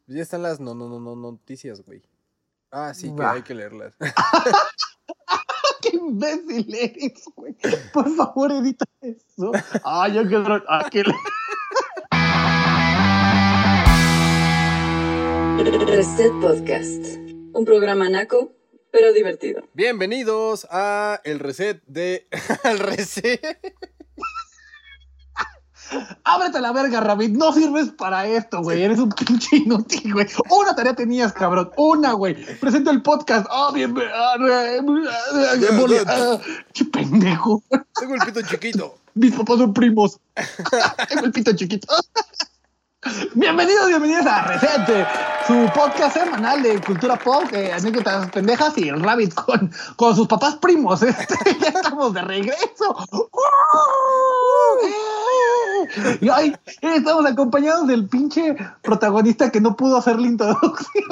Ya están las noticias, güey. Ah, sí, que hay que leerlas. ¡Qué imbécil eres, güey! Por favor, edita eso. ¡Ay, yo quiero... Reset Podcast, un programa naco, pero divertido. Bienvenidos a el reset de... al reset. ¡Ábrete la verga, Rabbit! No sirves para esto, güey. Eres un pinche inútil, güey. Una tarea tenías, cabrón. Una, güey. Presenta el podcast. ¡Ah, bien! ¡Qué pendejo! Tengo el pito chiquito. Mis papás son primos. Tengo el pito chiquito. Bienvenidos a Reset, su podcast semanal de cultura pop, anécdotas pendejas y el Rabbit con sus papás primos. Ya estamos de regreso. Y hoy estamos acompañados del pinche protagonista que no pudo hacer la introducción.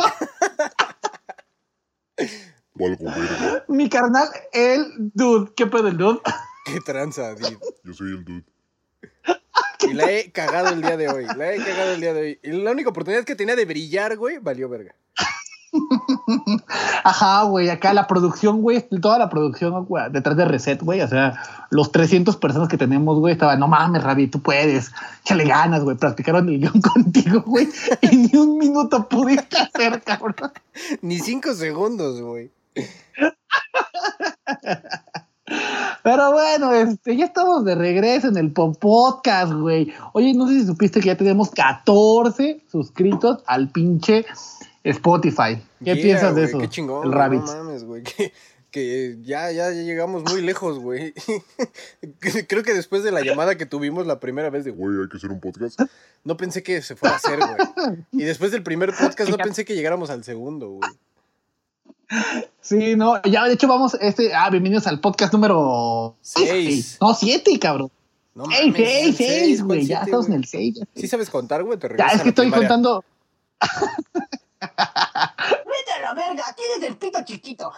Mi carnal, el dude. ¿Qué pedo el dude? Qué tranza, dude. Yo soy el dude. Y la he cagado el día de hoy. Y la única oportunidad que tenía de brillar, güey, valió verga. Ajá, güey, acá la producción, güey, toda la producción, güey, detrás de Reset, güey, o sea, los 300 personas que tenemos, güey, estaban, no mames, Rabi, tú puedes, échale ganas, güey, practicaron el guión contigo, güey, y ni un minuto pudiste hacer, cabrón. Ni 5 segundos, güey. Pero bueno, ya estamos de regreso en el podcast, güey. Oye, no sé si supiste que ya tenemos 14 suscritos al pinche Spotify. ¿Qué piensas de eso? Qué chingón, el Rabbit? No mames, güey. Que ya llegamos muy lejos, güey. Creo que después de la llamada que tuvimos la primera vez de... Güey, hay que hacer un podcast. No pensé que se fuera a hacer, güey. Y después del primer podcast no pensé que llegáramos al segundo, güey. Sí, no, ya de hecho vamos, bienvenidos al podcast número 6. No, 7, cabrón. No 6, güey, ya estamos en el 6. ¿Sí sabes contar, güey? Ya, es que estoy contando. ¡Vete a la verga! ¡Tienes el pito chiquito!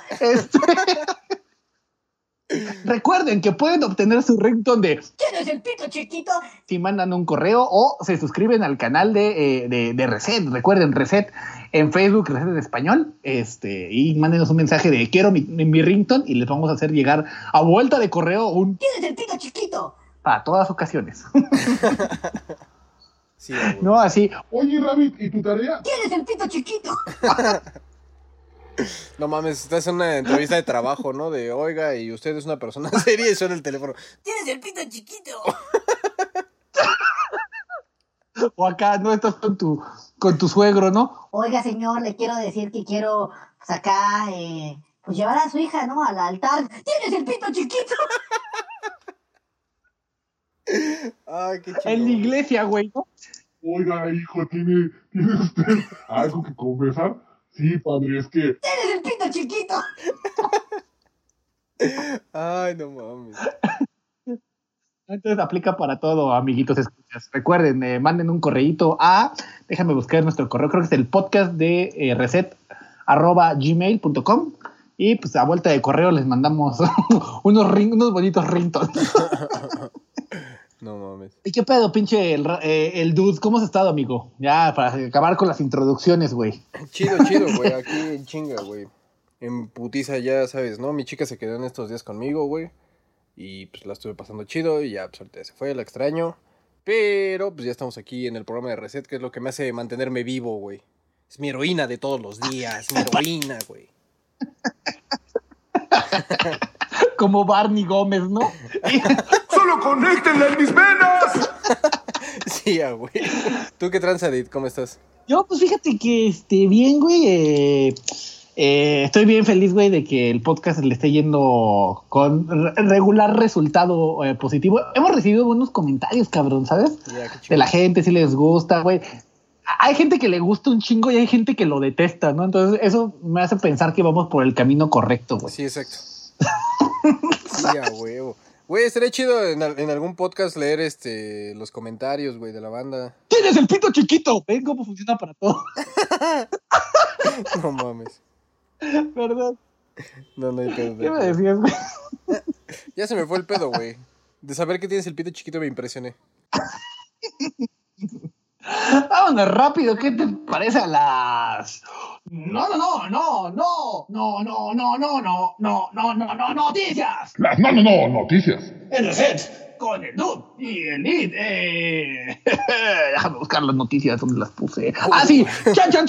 Recuerden que pueden obtener su ringtone de ¿Tienes el pito chiquito? si mandan un correo o se suscriben al canal de Reset. Recuerden, Reset en Facebook, Reset en español, y mándenos un mensaje de quiero mi ringtone y les vamos a hacer llegar a vuelta de correo un ¿Tienes el pito chiquito? para todas ocasiones. Sí, güey. No, así. Oye, Rabbit, ¿y tu tarea? ¿Tienes el pito chiquito? No mames, estás en una entrevista de trabajo, ¿no? De, oiga, y usted es una persona seria y suena el teléfono. ¿Tienes el pito chiquito? O acá, no estás con tu suegro, ¿no? Oiga, señor, le quiero decir que quiero, pues acá, pues llevar a su hija, ¿no? Al altar. ¿Tienes el pito chiquito? Ay, qué chido. En la iglesia, güey, ¿no? Oiga, hijo, ¿tiene usted algo que confesar? Sí, padre, es que... ¿Tienes el pito chiquito? Ay, no mames. Entonces aplica para todo, amiguitos escuchas. Recuerden, manden un correíto a, déjame buscar nuestro correo, creo que es el podcast de reset@gmail.com y pues a vuelta de correo les mandamos unos bonitos ringtones. No mames. ¿Y qué pedo, pinche el dude? ¿Cómo has estado, amigo? Ya, para acabar con las introducciones, güey. Chido, güey. Aquí en chinga, güey. En putiza, ya sabes, ¿no? Mi chica se quedó en estos días conmigo, güey. Y pues la estuve pasando chido y ya, pues ahorita se fue, la extraño. Pero pues ya estamos aquí en el programa de Reset, que es lo que me hace mantenerme vivo, güey. Es mi heroína de todos los días, mi heroína, güey. Como Barney Gómez, ¿no? ¡Solo conéctenla en mis venas! Sí, güey. ¿Tú qué tranza, Edith? ¿Cómo estás? Yo, pues fíjate que bien, güey. Estoy bien feliz, güey, de que el podcast le esté yendo con regular resultado positivo. Hemos recibido buenos comentarios, cabrón, ¿sabes? De la gente, si les gusta, güey. Hay gente que le gusta un chingo y hay gente que lo detesta, ¿no? Entonces eso me hace pensar que vamos por el camino correcto, güey. Sí, exacto. Sí, huevo. Güey, estaría chido en algún podcast leer los comentarios, güey, de la banda. ¿Tienes el pito chiquito? ¿Ven cómo funciona para todo? No mames. ¿Verdad? No hay pedo. ¿Qué me decías, güey? Ya se me fue el pedo, güey. De saber que tienes el pito chiquito me impresioné. Vámonos rápido, ¿qué te parece a las... No, noticias. Las noticias. En Reset, con el Dude y el Lead. Déjame buscar las noticias donde las puse. Ah, sí, chan.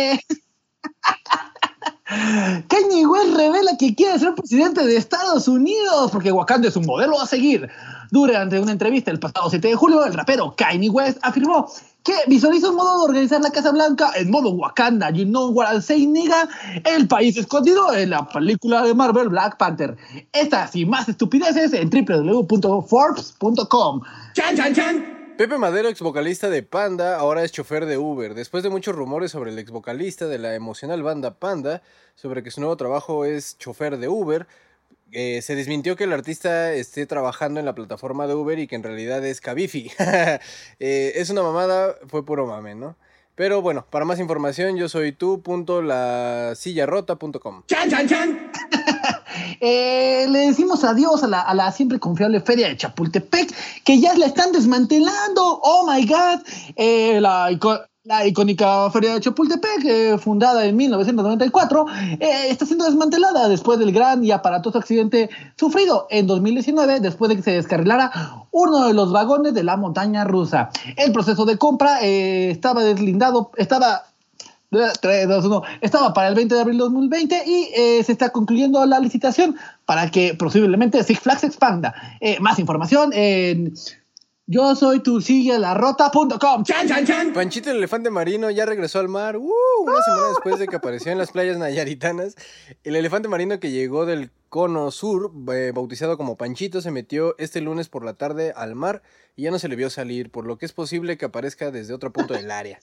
Kanye West revela que quiere ser presidente de Estados Unidos porque Wakanda es un modelo a seguir. Durante una entrevista el pasado 7 de julio, el rapero Kanye West afirmó que visualiza un modo de organizar la Casa Blanca en modo Wakanda. You know what I'm saying, nigga? El país escondido en la película de Marvel Black Panther. Estas y más estupideces en www.forbes.com. ¡Chan! Pepe Madero, ex vocalista de Panda, ahora es chofer de Uber. Después de muchos rumores sobre el ex vocalista de la emocional banda Panda, sobre que su nuevo trabajo es chofer de Uber, se desmintió que el artista esté trabajando en la plataforma de Uber y que en realidad es Cabify. Es una mamada, fue puro mame, ¿no? Pero bueno, para más información yo soy tú.lasillarrota.com. ¡Chan! Le decimos adiós a la siempre confiable feria de Chapultepec, que ya la están desmantelando. ¡Oh, my God! La icónica feria de Chapultepec, fundada en 1994, está siendo desmantelada después del gran y aparatoso accidente sufrido en 2019, después de que se descarrilara uno de los vagones de la montaña rusa. El proceso de compra estaba deslindado, estaba para el 20 de abril de 2020 y se está concluyendo la licitación para que posiblemente Six Flags se expanda. Más información en yosoytusillarota.com. ¡Chan! Panchito el elefante marino ya regresó al mar. Una semana después de que apareció en las playas nayaritanas. El elefante marino que llegó del cono sur, bautizado como Panchito, se metió este lunes por la tarde al mar y ya no se le vio salir, por lo que es posible que aparezca desde otro punto del área.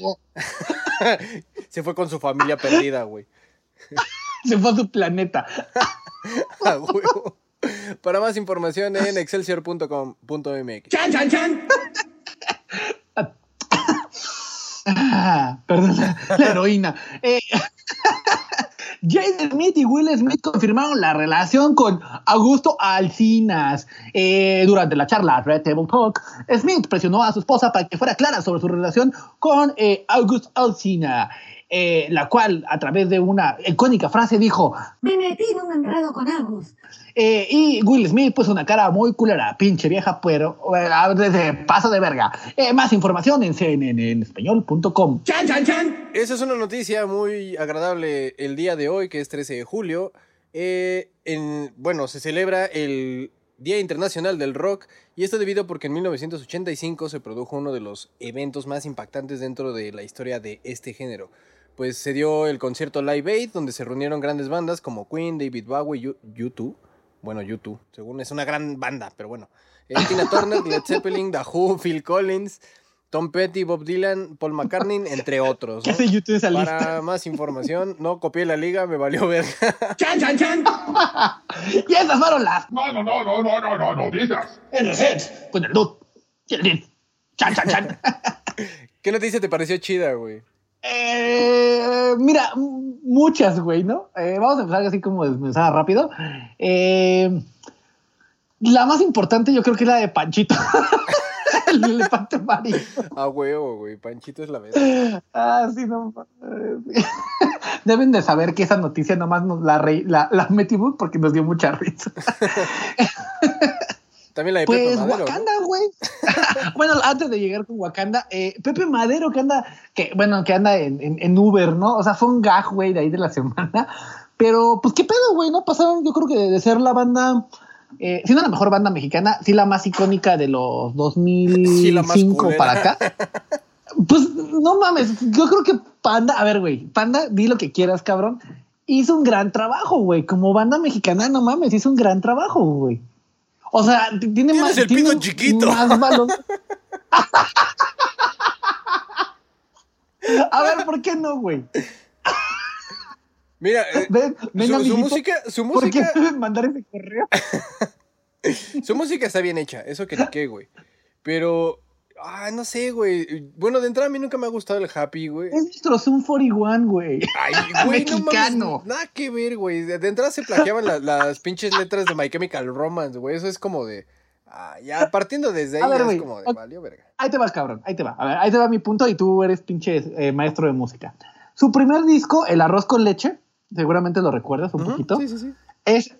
Se fue con su familia perdida, güey. Se fue a su planeta. A huevo. Para más información en excelsior.com.mx. ¡Chan! Perdón, la heroína. Jaden Smith y Will Smith confirmaron la relación con Augusto Alsinas. Durante la charla Red Table Talk, Smith presionó a su esposa para que fuera clara sobre su relación con Augusto Alsina, la cual, a través de una icónica frase, dijo: me metí en un enredo con Agus. Y Will Smith puso una cara muy culera, pinche vieja, pero paso de verga. Más información en cnnespañol.com. ¡Chan! Esa es una noticia muy agradable el día de hoy, que es 13 de julio. Se celebra el Día Internacional del Rock, y esto debido porque en 1985 se produjo uno de los eventos más impactantes dentro de la historia de este género. Pues se dio el concierto Live Aid, donde se reunieron grandes bandas como Queen, David Bowie, U2. Bueno, U2, según es una gran banda, pero bueno. Tina Turner, Led Zeppelin, The Who, Phil Collins, Tom Petty, Bob Dylan, Paul McCartney, entre otros, ¿no? ¿Qué hace YouTube esa lista? Para más información, no copié la liga, me valió verga. ¡Chan! Y esas fueron las Noticias. en Reset con el Dude y el Lead. ¡Chan! ¿Qué noticia te pareció chida, güey? Mira, muchas, güey, ¿no? Vamos a empezar así como desmensada rápido. La más importante yo creo que es la de Panchito. El elefante marino. A huevo, güey, Panchito es la verdad. Sí, no. Deben de saber que esa noticia nomás nos la metimos porque nos dio mucha risa. También la de Pepe Madero, Wakanda, güey. Bueno, antes de llegar con Wakanda, Pepe Madero que anda en Uber, ¿no? O sea, fue un gag, güey, de ahí de la semana. Pero, pues, ¿qué pedo, güey? ¿No? Pasaron, yo creo que de ser la banda, si no la mejor banda mexicana, sí la más icónica de los 2005 sí, la más culera para acá. Pues, no mames, yo creo que Panda, a ver, güey, Panda, di lo que quieras, cabrón, hizo un gran trabajo, güey. Como banda mexicana, no mames, hizo un gran trabajo, güey. O sea, tiene más... el pito chiquito. Más valor. A ver, ¿por qué no, güey? Mira, su ¿por qué música... deben mandar ese correo? Su música está bien hecha, eso que ni qué, güey. Pero... no sé, güey. Bueno, de entrada a mí nunca me ha gustado el Happy, güey. Es nuestro Zoom 41, güey. Ay, güey, mexicano. No mames, nada que ver, güey. De entrada se plagiaban las pinches letras de My Chemical Romance, güey. Eso es como de... Ya partiendo desde ahí, A ver, ya güey, es como de ok. valió verga. Ahí te va, cabrón, ahí te va. A ver, ahí te va mi punto y tú eres pinche maestro de música. Su primer disco, El arroz con leche, seguramente lo recuerdas un Ujú, poquito, sí. es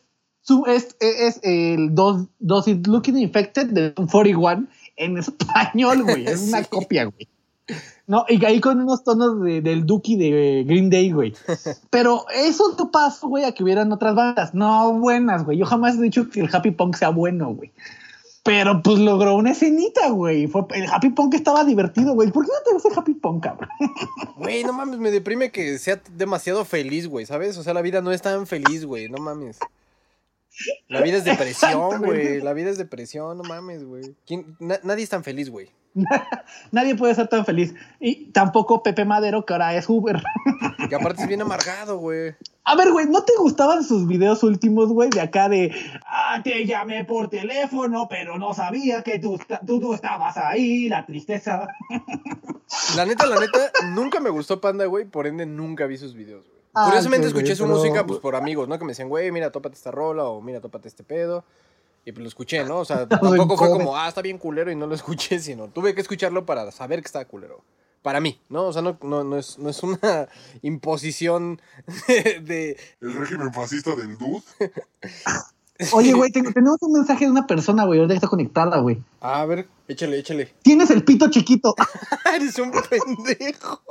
el Does It Looking Infected de Sum 41 en español, güey. Es una Sí. copia, güey. No, y ahí con unos tonos del Dookie de Green Day, güey. Pero eso no pasó, güey, a que hubieran otras bandas. No buenas, güey. Yo jamás he dicho que el Happy Punk sea bueno, güey. Pero pues logró una escenita, güey. El Happy Punk estaba divertido, güey. ¿Por qué no te gusta el Happy Punk, cabrón? Güey, no mames, me deprime que sea demasiado feliz, güey, ¿sabes? O sea, la vida no es tan feliz, güey, no mames. La vida es depresión, güey. La vida es depresión, no mames, güey. Nadie es tan feliz, güey. Nadie puede ser tan feliz. Y tampoco Pepe Madero, que ahora es Uber. Que aparte es bien amargado, güey. A ver, güey, ¿no te gustaban sus videos últimos, güey? De acá de, te llamé por teléfono, pero no sabía que tú estabas ahí, la tristeza. La neta, nunca me gustó Panda, güey. Por ende, nunca vi sus videos, güey. Ah, Curiosamente sí, güey, escuché su pero- música, pues, por amigos, ¿no? Que me decían, güey, mira, tópate esta rola o mira, tópate este pedo. Y pues lo escuché, ¿no? O sea, tampoco fue como, está bien culero y no lo escuché, sino tuve que escucharlo para saber que estaba culero. Para mí, ¿no? O sea, no es una imposición de... El régimen fascista del dude. Oye, güey, tenemos un mensaje de una persona, güey, ahorita está conectada, güey. A ver, échale. Tienes el pito chiquito. Eres un pendejo.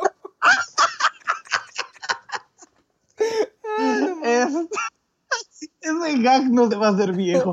Ese gag no se va a hacer viejo.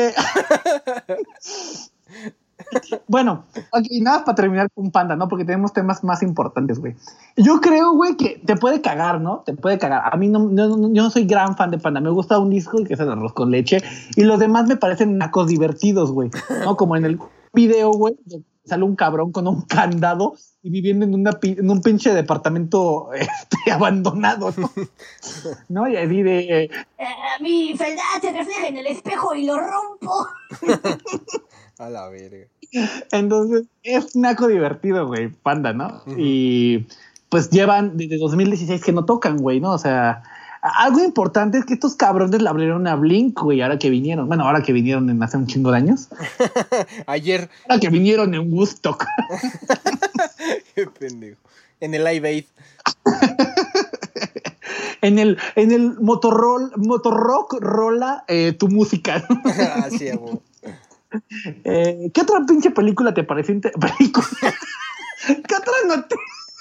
Bueno, ok, nada para terminar con Panda, ¿no? Porque tenemos temas más importantes, güey. Yo creo, güey, que te puede cagar, ¿no? Te puede cagar. A mí yo no soy gran fan de Panda. Me gusta un disco que es el arroz con leche. Y los demás me parecen nacos divertidos, güey. ¿No? Como en el video, güey, sale un cabrón con un candado y viviendo en un pinche departamento abandonado, ¿no? ¿No? Y así de... Mi fealdad se refleja en el espejo y lo rompo. A la verga. Entonces, es naco divertido, güey, Panda, ¿no? Y pues llevan desde 2016 que no tocan, güey, ¿no? O sea, algo importante es que estos cabrones le abrieron a Blink, güey, ahora que vinieron. Bueno, ahora que vinieron en hace un chingo de años. Ayer. Ahora que vinieron en Woodstock. Qué pendejo. En el Live Aid. en el Motorrock rola tu música. Así, güey. ¿Qué otra pinche película te pareció película? ¿Qué otra noticia?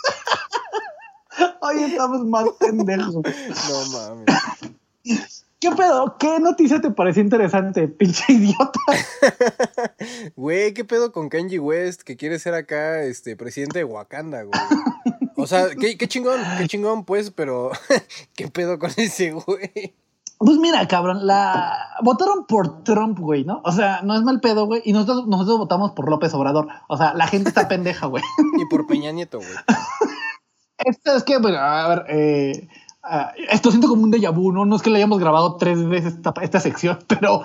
Hoy estamos más pendejos. No mames. ¿Qué pedo? ¿Qué noticia te pareció interesante, pinche idiota? Güey, ¿qué pedo con Kanye West que quiere ser acá presidente de Wakanda, güey? O sea, qué chingón, pues, pero ¿qué pedo con ese güey? Pues mira, cabrón, votaron por Trump, güey, ¿no? O sea, no es mal pedo, güey, y nosotros votamos por López Obrador. O sea, la gente está pendeja, güey. Y por Peña Nieto, güey. Esto es que, bueno, a ver, esto siento como un déjà vu, ¿no? No es que le hayamos grabado 3 veces esta sección, pero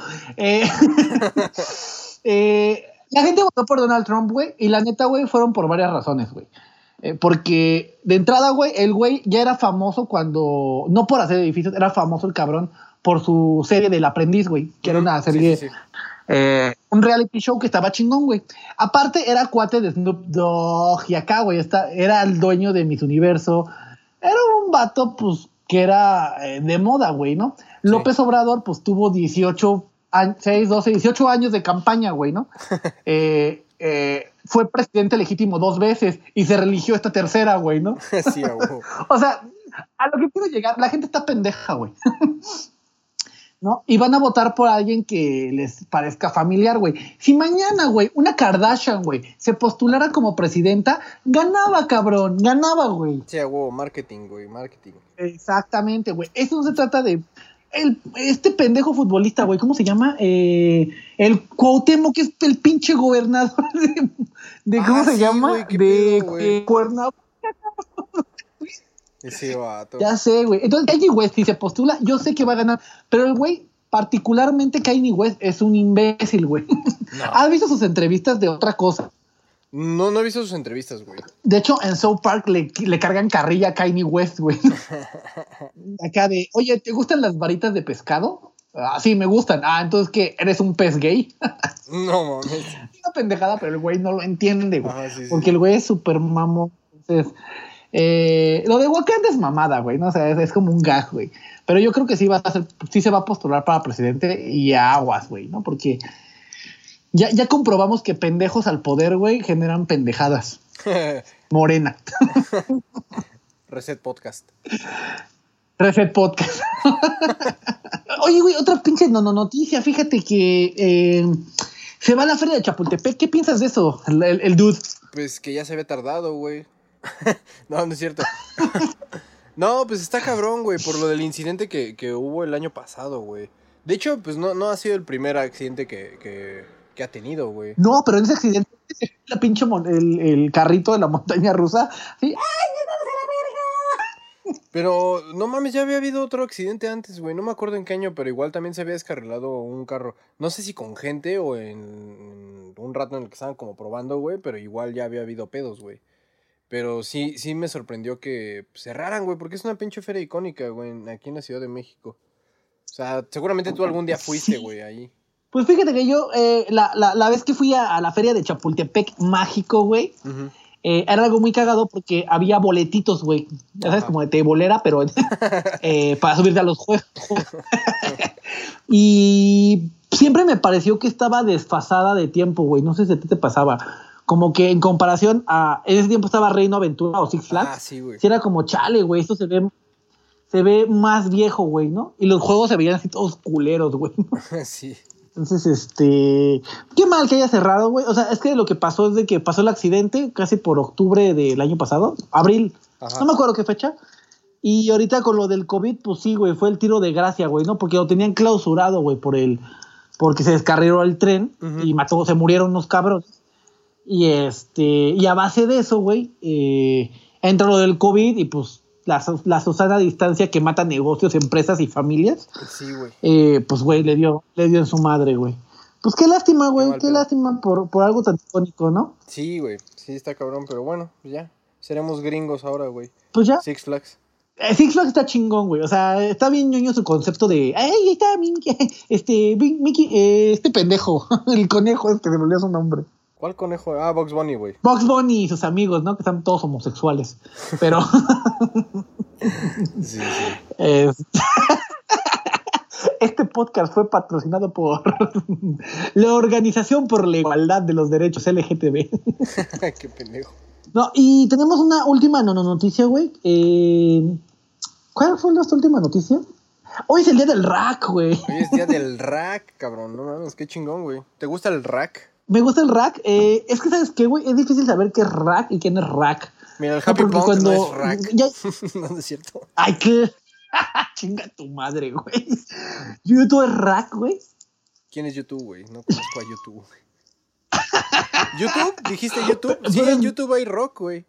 la gente votó por Donald Trump, güey, y la neta, güey, fueron por varias razones, güey. Porque de entrada, güey, el güey ya era famoso cuando, no por hacer edificios, era famoso el cabrón por su serie del Aprendiz, güey, que era una serie, Sí. un reality show que estaba chingón, güey. Aparte, era cuate de Snoop Dogg y acá, güey, era el dueño de Miss Universo. Era un vato, pues, que era de moda, güey, ¿no? Sí. López Obrador, pues, tuvo 18 años de campaña, güey, ¿no? Fue presidente legítimo 2 veces y se religió esta tercera, güey, ¿no? Sí, güey. O sea, a lo que quiero llegar, la gente está pendeja, güey. ¿No? Y van a votar por alguien que les parezca familiar, güey. Si mañana, güey, una Kardashian, güey, se postulara como presidenta, ganaba, cabrón, ganaba, güey. Sí, güey, marketing, güey, marketing. Exactamente, güey. Eso no se trata de... este pendejo futbolista, güey, ¿cómo se llama? El Cuauhtémoc, que es el pinche gobernador de ¿cómo se llama? Güey, de Cuernavaca. Ese vato. Ya sé, güey. Entonces, Kanye West, si se postula, yo sé que va a ganar. Pero el güey, particularmente Kanye West, es un imbécil, güey. No. ¿Has visto sus entrevistas de otra cosa? No he visto sus entrevistas, güey. De hecho, en South Park le cargan carrilla a Kanye West, güey. Acá de, oye, ¿te gustan las varitas de pescado? Sí, me gustan. Entonces, ¿qué? ¿Eres un pez gay? No mames. Una pendejada, pero el güey no lo entiende, güey. Ajá, sí, porque el güey es súper mamón. Entonces, lo de Wakanda es mamada, güey, ¿no? O sea, es como un gag, güey. Pero yo creo que sí se va a postular para presidente y aguas, güey, ¿no? Porque ya comprobamos que pendejos al poder, güey, generan pendejadas. Morena. Reset Podcast. Reset Podcast. Oye, güey, otra pinche noticia. Fíjate que se va a la feria de Chapultepec. ¿Qué piensas de eso, el dude? Pues que ya se había tardado, güey. No es cierto. No, pues está cabrón, güey, por lo del incidente que hubo el año pasado, güey. De hecho, pues no ha sido el primer accidente que ha tenido, güey. No, pero en ese accidente, la pinche el carrito de la montaña rusa, sí. ¡Ay, nos vamos a la verga! Pero, no mames, ya había habido otro accidente antes, güey. No me acuerdo en qué año, pero igual también se había descarrilado un carro. No sé si con gente o en un rato en el que estaban como probando, güey, pero igual ya había habido pedos, güey. Pero sí me sorprendió que cerraran, güey, porque es una pinche feria icónica, güey, aquí en la Ciudad de México. O sea, seguramente tú algún día fuiste, güey, ahí. Pues fíjate que yo, la vez que fui a la feria de Chapultepec mágico, güey, era algo muy cagado porque había boletitos, güey. Ya sabes, como de tebolera, pero para subirte a los juegos. Y siempre me pareció que estaba desfasada de tiempo, güey. No sé si a ti te pasaba. Como que en comparación en ese tiempo estaba Reino Aventura o Six Flags. Sí, güey. Sí, era como, chale, güey, esto se ve más viejo, güey, ¿no? Y los juegos se veían así todos culeros, güey. Sí. Entonces, qué mal que haya cerrado, güey. O sea, es que lo que pasó es de que pasó el accidente casi por octubre del año pasado, abril. Ajá. No me acuerdo qué fecha. Y ahorita con lo del COVID, pues sí, güey, fue el tiro de gracia, güey, ¿no? Porque lo tenían clausurado, güey, porque se descarriló el tren y se murieron unos cabrones. Y a base de eso, güey, entra lo del COVID y pues la Susana distancia que mata negocios, empresas y familias. Sí, güey. Pues, güey, le dio en su madre, güey. Pues qué lástima, güey, qué lástima por algo tan icónico, ¿no? Sí, güey, sí está cabrón, pero bueno, ya, seremos gringos ahora, güey. Pues ya. Six Flags. Six Flags está chingón, güey, o sea, está bien ñoño su concepto de, ¡ay, está Mickey, este pendejo, el conejo se me olvidó su nombre. ¿Cuál conejo? Bugs Bunny, güey. Bugs Bunny y sus amigos, ¿no? Que están todos homosexuales. Pero. Sí. Este podcast fue patrocinado por la Organización por la Igualdad de los Derechos LGTB. Qué pendejo. No, y tenemos una última noticia, güey. ¿Cuál fue nuestra última noticia? Hoy es el día del rack, güey. Hoy es día del rack, cabrón. No mames, qué chingón, güey. ¿Te gusta el rack? Me gusta el rack. Es que, ¿sabes qué, güey? Es difícil saber qué es rack y quién es rack. Mira, el Happy Punk no es rack. No es cierto. Ay, qué. Chinga tu madre, güey. ¿YouTube es rack, güey? ¿Quién es YouTube, güey? No conozco a YouTube. ¿YouTube? ¿Dijiste YouTube? Sí, en YouTube hay rock, güey.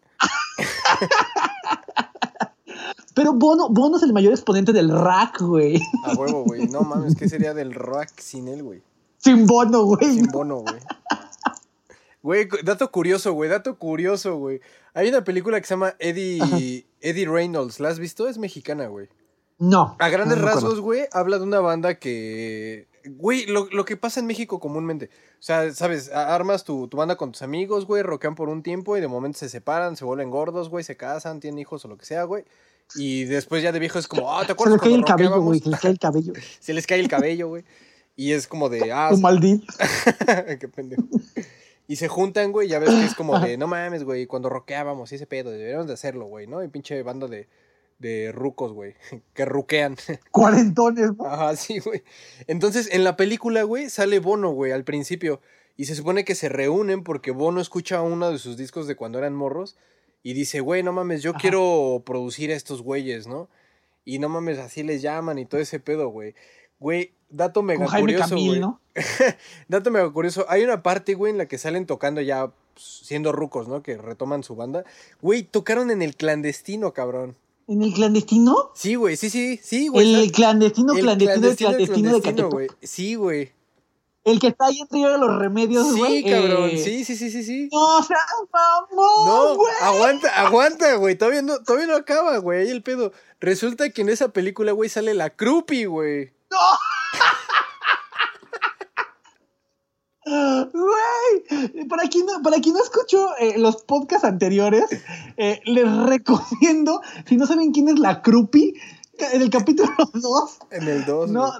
Pero Bono es el mayor exponente del rack, güey. A huevo, güey. No mames, ¿qué sería del rock sin él, güey? Sin Bono, güey. Sin Bono, güey. Güey, dato curioso, güey. Hay una película que se llama Eddie Reynolds. ¿La has visto? Es mexicana, güey. No. A grandes rasgos, güey, habla de una banda que... Güey, lo que pasa en México comúnmente. O sea, ¿sabes? Armas tu banda con tus amigos, güey, rockean por un tiempo y de momento se separan, se vuelven gordos, güey, se casan, tienen hijos o lo que sea, güey. Y después ya de viejo es como, ¿te acuerdas cuando rockeábamos? Se les cae el cabello, güey. Se les cae el cabello, güey. Y es como de... Un maldito. Qué pendejo. Y se juntan, güey, ya ves que es como de, no mames, güey, cuando rockeábamos ese pedo, deberíamos de hacerlo, güey, ¿no? Y pinche banda de rucos, güey, que ruquean. Cuarentones, ¿no? Ajá, sí, güey. Entonces, en la película, güey, sale Bono, güey, al principio. Y se supone que se reúnen porque Bono escucha uno de sus discos de cuando eran morros y dice, güey, no mames, yo quiero producir a estos güeyes, ¿no? Y no mames, así les llaman y todo ese pedo, güey. Güey, dato mega curioso, güey. ¿No? Dato mega curioso. Hay una parte, güey, en la que salen tocando ya siendo rucos, ¿no? Que retoman su banda. Güey, tocaron en el clandestino, cabrón. ¿En el clandestino? Sí, güey, sí, güey. El clandestino de Catepec. Güey. Sí, güey. El que está ahí en Río de los Remedios, güey. Sí, cabrón. Sí. No seas mamón, güey. Aguanta, güey. Todavía no acaba, güey. Ahí el pedo. Resulta que en esa película, güey, sale la Crupi, güey. ¡No! Güey, para quien no escuchó los podcasts anteriores, les recomiendo, si no saben quién es la Krupi, en el capítulo 2. En el 2. No,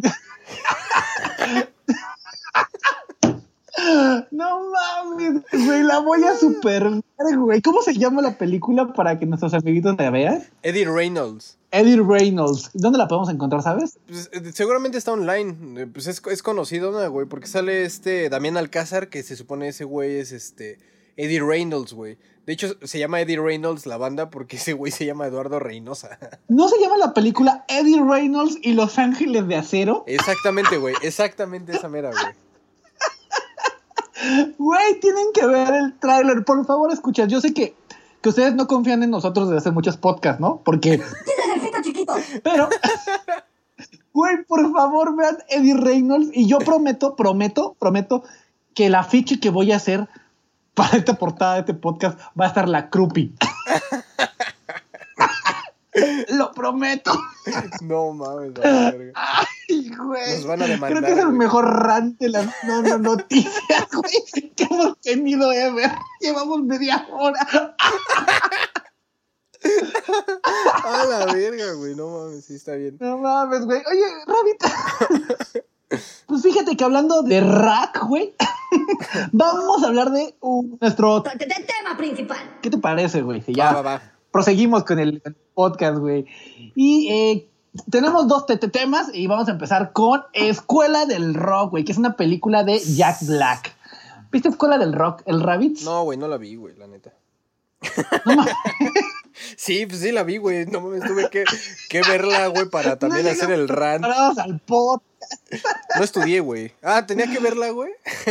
no mames, güey, la voy a superar, güey. ¿Cómo se llama la película para que nuestros amiguitos la vean? Eddie Reynolds. Eddie Reynolds. ¿Dónde la podemos encontrar, sabes? Pues, seguramente está online. Pues es conocido, ¿no, güey? Porque sale Damián Alcázar, que se supone ese güey es Eddie Reynolds, güey. De hecho, se llama Eddie Reynolds la banda porque ese güey se llama Eduardo Reynosa. ¿No se llama la película Eddie Reynolds y Los Ángeles de Acero? Exactamente, güey. Exactamente esa mera, güey. Güey, tienen que ver el tráiler. Por favor, escuchad. Yo sé que ustedes no confían en nosotros desde hace muchos podcasts, ¿no? Porque... Tienes el pito chiquito. Pero... Güey, por favor, vean Eddie Reynolds. Y yo prometo que el afiche que voy a hacer para esta portada de este podcast va a estar la Krupi. Lo prometo. No mames, la verga. Ay, güey. Nos van a demandar. Creo que es el güey. mejor rant de las noticias, güey, que hemos tenido ever. Llevamos media hora. A la verga, güey. No mames, sí está bien. No mames, güey. Oye, Rabita. Pues fíjate que hablando de rack, güey, vamos a hablar de nuestro... Tema principal. ¿Qué te parece, güey? Que ya Va. proseguimos con el podcast, güey. Y tenemos dos temas y vamos a empezar con Escuela del Rock, güey, que es una película de Jack Black. ¿Viste Escuela del Rock, el Rabbids? No, güey, no la vi, güey, la neta. No mames. Sí, pues sí la vi, güey. No mames, tuve que verla, güey, para también hacer el rant. Vamos al podcast. No estudié, güey. Ah, tenía que verla, güey.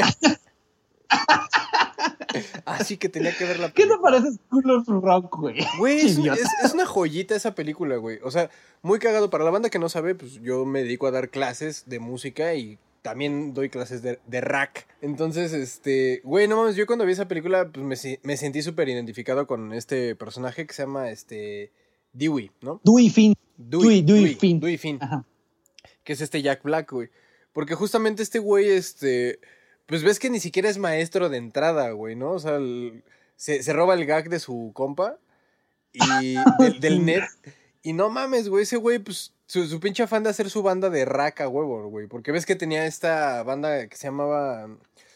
Ah, sí que tenía que verla. ¿Qué te parece School of Rock, güey? Güey, Idiota. es una joyita esa película, güey. O sea, muy cagado. Para la banda que no sabe, pues yo me dedico a dar clases de música y también doy clases de rack. Entonces, güey, no mames, yo cuando vi esa película, pues me sentí súper identificado con este personaje que se llama, Dewey, ¿no? Dewey Finn. Dewey Finn. Dewey Finn. Ajá. Que es Jack Black, güey. Porque justamente este güey, pues ves que ni siquiera es maestro de entrada, güey, ¿no? O sea, se roba el gag de su compa y del net. Y no mames, güey, ese güey, pues, su pinche afán de hacer su banda de rack a huevo, güey. Porque ves que tenía esta banda que se llamaba...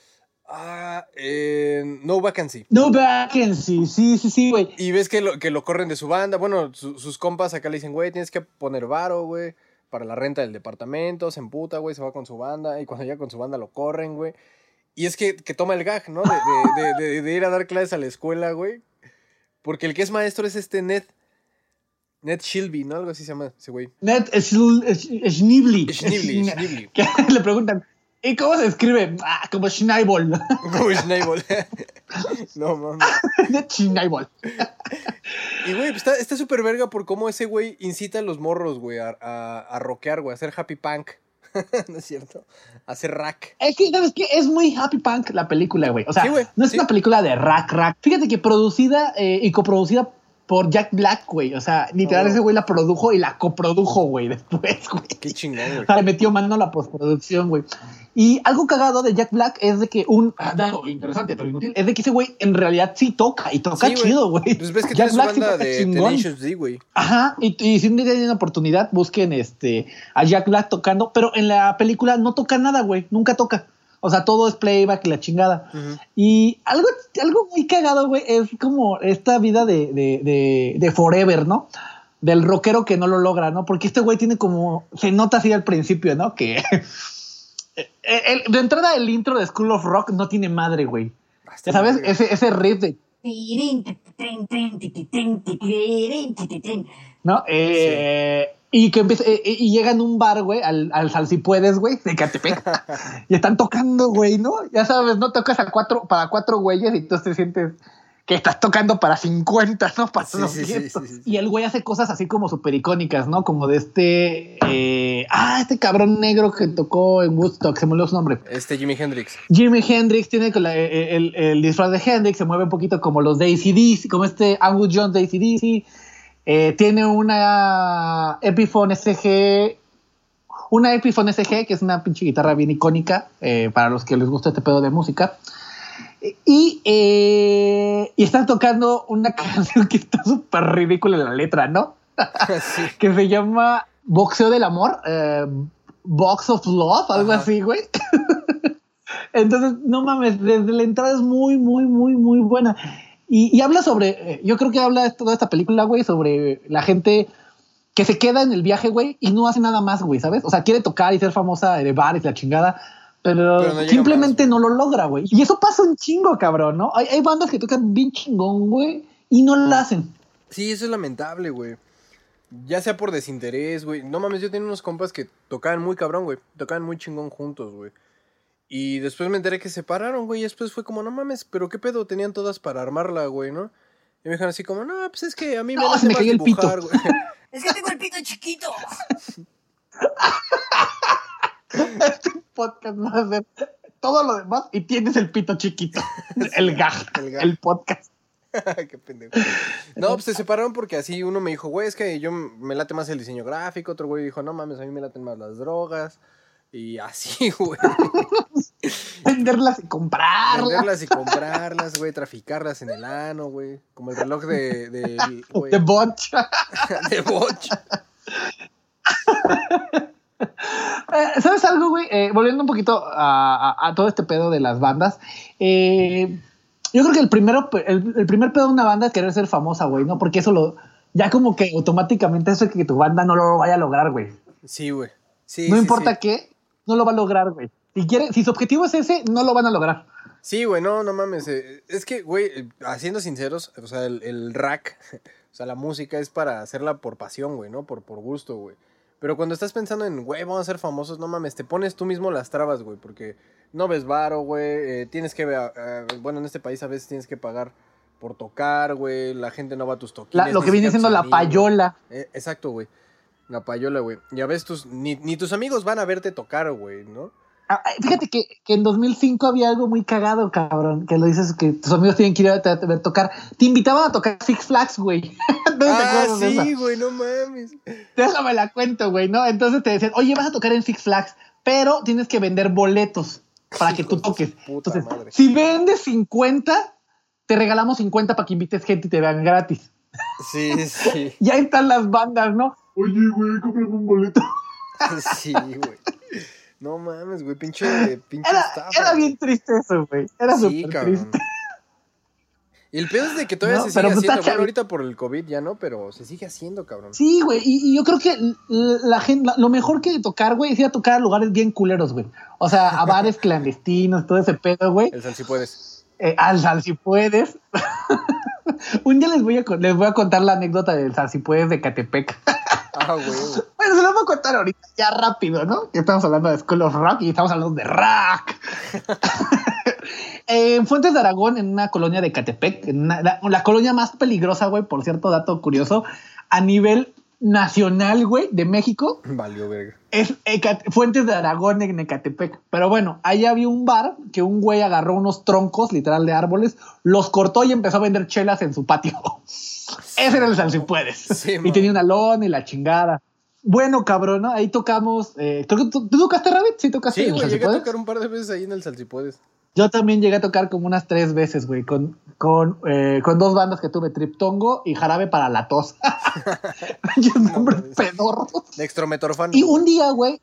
No Vacancy. No Vacancy, sí, güey. Y ves que lo corren de su banda. Bueno, sus compas acá le dicen, güey, tienes que poner varo, güey, para la renta del departamento. Se emputa, güey, se va con su banda. Y cuando llega con su banda lo corren, güey. Y es que toma el gag, ¿no? De ir a dar clases a la escuela, güey. Porque el que es maestro es Ned Shilby, ¿no? Algo así se llama ese güey. Ned Schneebly. Schneebly. Que le preguntan, ¿y cómo se escribe? Como Schneibol. Como Schneibol. No, mames. Ned Schneibol. Y, güey, pues está súper verga por cómo ese güey incita a los morros, güey, a rockear, güey, a hacer happy punk. ¿No es cierto? A hacer rack. Es que, ¿sabes qué? Es muy happy punk la película, güey. O sea, Sí, güey, no es sí. una película de rack. Fíjate que producida y coproducida por Jack Black, güey. O sea, literal, No. ese güey la produjo y la coprodujo, güey, después, güey. Qué chingón, güey. O sea, le metió mano a la postproducción, güey. Y algo cagado de Jack Black es de que dato interesante, pero inútil, es de que ese güey en realidad sí toca, y toca Sí, güey. chido, güey. Pues ves que Jack tiene su Black sí banda toca de chingón. Tenacious D, güey. Ajá, y si un día tienen oportunidad, busquen a Jack Black tocando, pero en la película no toca nada, güey, nunca toca. O sea, todo es playback y la chingada. Ujú. Y algo muy cagado, güey, es como esta vida de Forever, ¿no? Del rockero que no lo logra, ¿no? Porque este güey tiene como... Se nota así al principio, ¿no? Que... de entrada, el intro de School of Rock no tiene madre, güey. Ya sabes, verga. ese riff de... Tirín, titín, tirín, titín, tirín, titín. ¿No? Y que empieza, y llegan a un bar, güey, al Si Puedes, güey, de Catepec. Y están tocando, güey, ¿no? Ya sabes, ¿no? Tocas para 4 güeyes y tú te sientes que estás tocando para 50, ¿no? Para Sí, los sí, sí, 100. sí. Y el güey hace cosas así como súper icónicas, ¿no? Como de este cabrón negro que tocó en Woodstock, se me olvidó su nombre. Jimi Hendrix. Jimi Hendrix tiene el disfraz de Hendrix, se mueve un poquito como los de AC/DC, como Angus Jones de AC/DC. Tiene una Epiphone SG una Epiphone SG, que es una pinche guitarra bien icónica para los que les gusta este pedo de música. Y están tocando una canción que está súper ridícula en la letra, ¿no? Sí. Que se llama Boxeo del Amor, Box of Love, algo así, güey. Entonces, no mames, desde la entrada es muy, muy, muy, muy buena. Y habla sobre, yo creo que habla toda esta película, güey, sobre la gente que se queda en el viaje, güey, y no hace nada más, güey, ¿sabes? O sea, quiere tocar y ser famosa de bares y la chingada, pero no simplemente más, no lo logra, güey. Y eso pasa un chingo, cabrón, ¿no? Hay bandas que tocan bien chingón, güey, y no lo hacen. Sí, eso es lamentable, güey. Ya sea por desinterés, güey. No mames, yo tenía unos compas que tocaban muy cabrón, güey. Tocaban muy chingón juntos, güey. Y después me enteré que se separaron, güey. Y después fue como, no mames, pero qué pedo, tenían todas para armarla, güey, ¿no? Y me dijeron así como, no, pues es que a mí me No, late se me más cayó el dibujar, pito. güey. Es que tengo el pito chiquito. Este podcast va a ser todo lo demás y tienes el pito chiquito. El gag, el podcast. Qué pendejo. No, pues se separaron porque así uno me dijo, güey, es que yo me late más el diseño gráfico. Otro güey dijo, no mames, a mí me laten más las drogas. Y así, güey. Venderlas y comprarlas. Venderlas y comprarlas, güey. Traficarlas en el ano, güey. Como el reloj de güey, De botch. de Boch. ¿Sabes algo, güey? Volviendo un poquito a todo este pedo de las bandas. Yo creo que el primer pedo de una banda es querer ser famosa, güey, ¿no? Porque eso ya como que automáticamente hace que tu banda no lo vaya a lograr, güey. Sí, güey. Sí, No sí, importa sí. qué, no lo va a lograr, güey. Si su objetivo es ese, no lo van a lograr. Sí, güey, no mames. Es que, güey, siendo sinceros, o sea, el rack, o sea, la música es para hacerla por pasión, güey, ¿no? Por gusto, güey. Pero cuando estás pensando en, güey, vamos a ser famosos, no mames, te pones tú mismo las trabas, güey, porque no ves varo, güey, tienes que, bueno, en este país a veces tienes que pagar por tocar, güey, la gente no va a tus toquines. Lo que viene siendo la payola. Exacto, güey, la payola, güey. Y a veces ni tus amigos van a verte tocar, güey, ¿no? Fíjate que en 2005 había algo muy cagado, cabrón, que lo dices que tus amigos tienen que ir a ver tocar. Te invitaban a tocar Six Flags, güey. ¿No te acuerdas de sí, eso? güey, no mames. Déjame la cuento, güey, ¿no? Entonces te decían, oye, vas a tocar en Six Flags, pero tienes que vender boletos para que tú toques. Puta Entonces, madre. si vendes 50, te regalamos 50 para que invites gente y te vean gratis. Sí, sí. Y ahí están las bandas, ¿no? Oye, güey, cómprame un boleto. Sí, güey. No mames, güey, pinche estafa. Era bien triste eso, güey. Era Sí, súper cabrón. triste. Y el pedo es de que todavía No, se sigue pero pues haciendo. está Bueno, chavi- ahorita por el COVID ya no, pero se sigue haciendo, cabrón. Sí, güey, y yo creo que la gente, lo mejor que tocar, güey, es ir a tocar a lugares bien culeros, güey. O sea, a bares clandestinos, todo ese pedo, güey. El sal si puedes. Al Sal si puedes. Un día les voy a contar la anécdota del Sal si puedes de Catepec. Ah, güey. Bueno, se lo voy a contar ahorita, ya rápido, ¿no? Que estamos hablando de School of Rock y estamos hablando de rock. En Fuentes de Aragón, en una colonia de Catepec, la colonia más peligrosa, güey, por cierto, dato curioso, a nivel nacional, güey, de México, Valió, verga. es Fuentes de Aragón en Ecatepec. Pero bueno, ahí había un bar que un güey agarró unos troncos, literal, de árboles, los cortó y empezó a vender chelas en su patio. Ese era el Sal si puedes. Sí, y man. tenía una lona y la chingada. Bueno, cabrón, ¿no? Ahí tocamos. Creo que tú tocaste, Rabbit. Sí, tocaste. Sí, el güey, Sal si llegué a puedes. tocar un par de veces ahí en el sal si puedes. Yo también llegué a tocar como unas 3 veces, güey, con 2 bandas que tuve, Triptongo y Jarabe para la Tos. Yo nombres mames. pedorros. Dextrometorfano. Y un día, güey,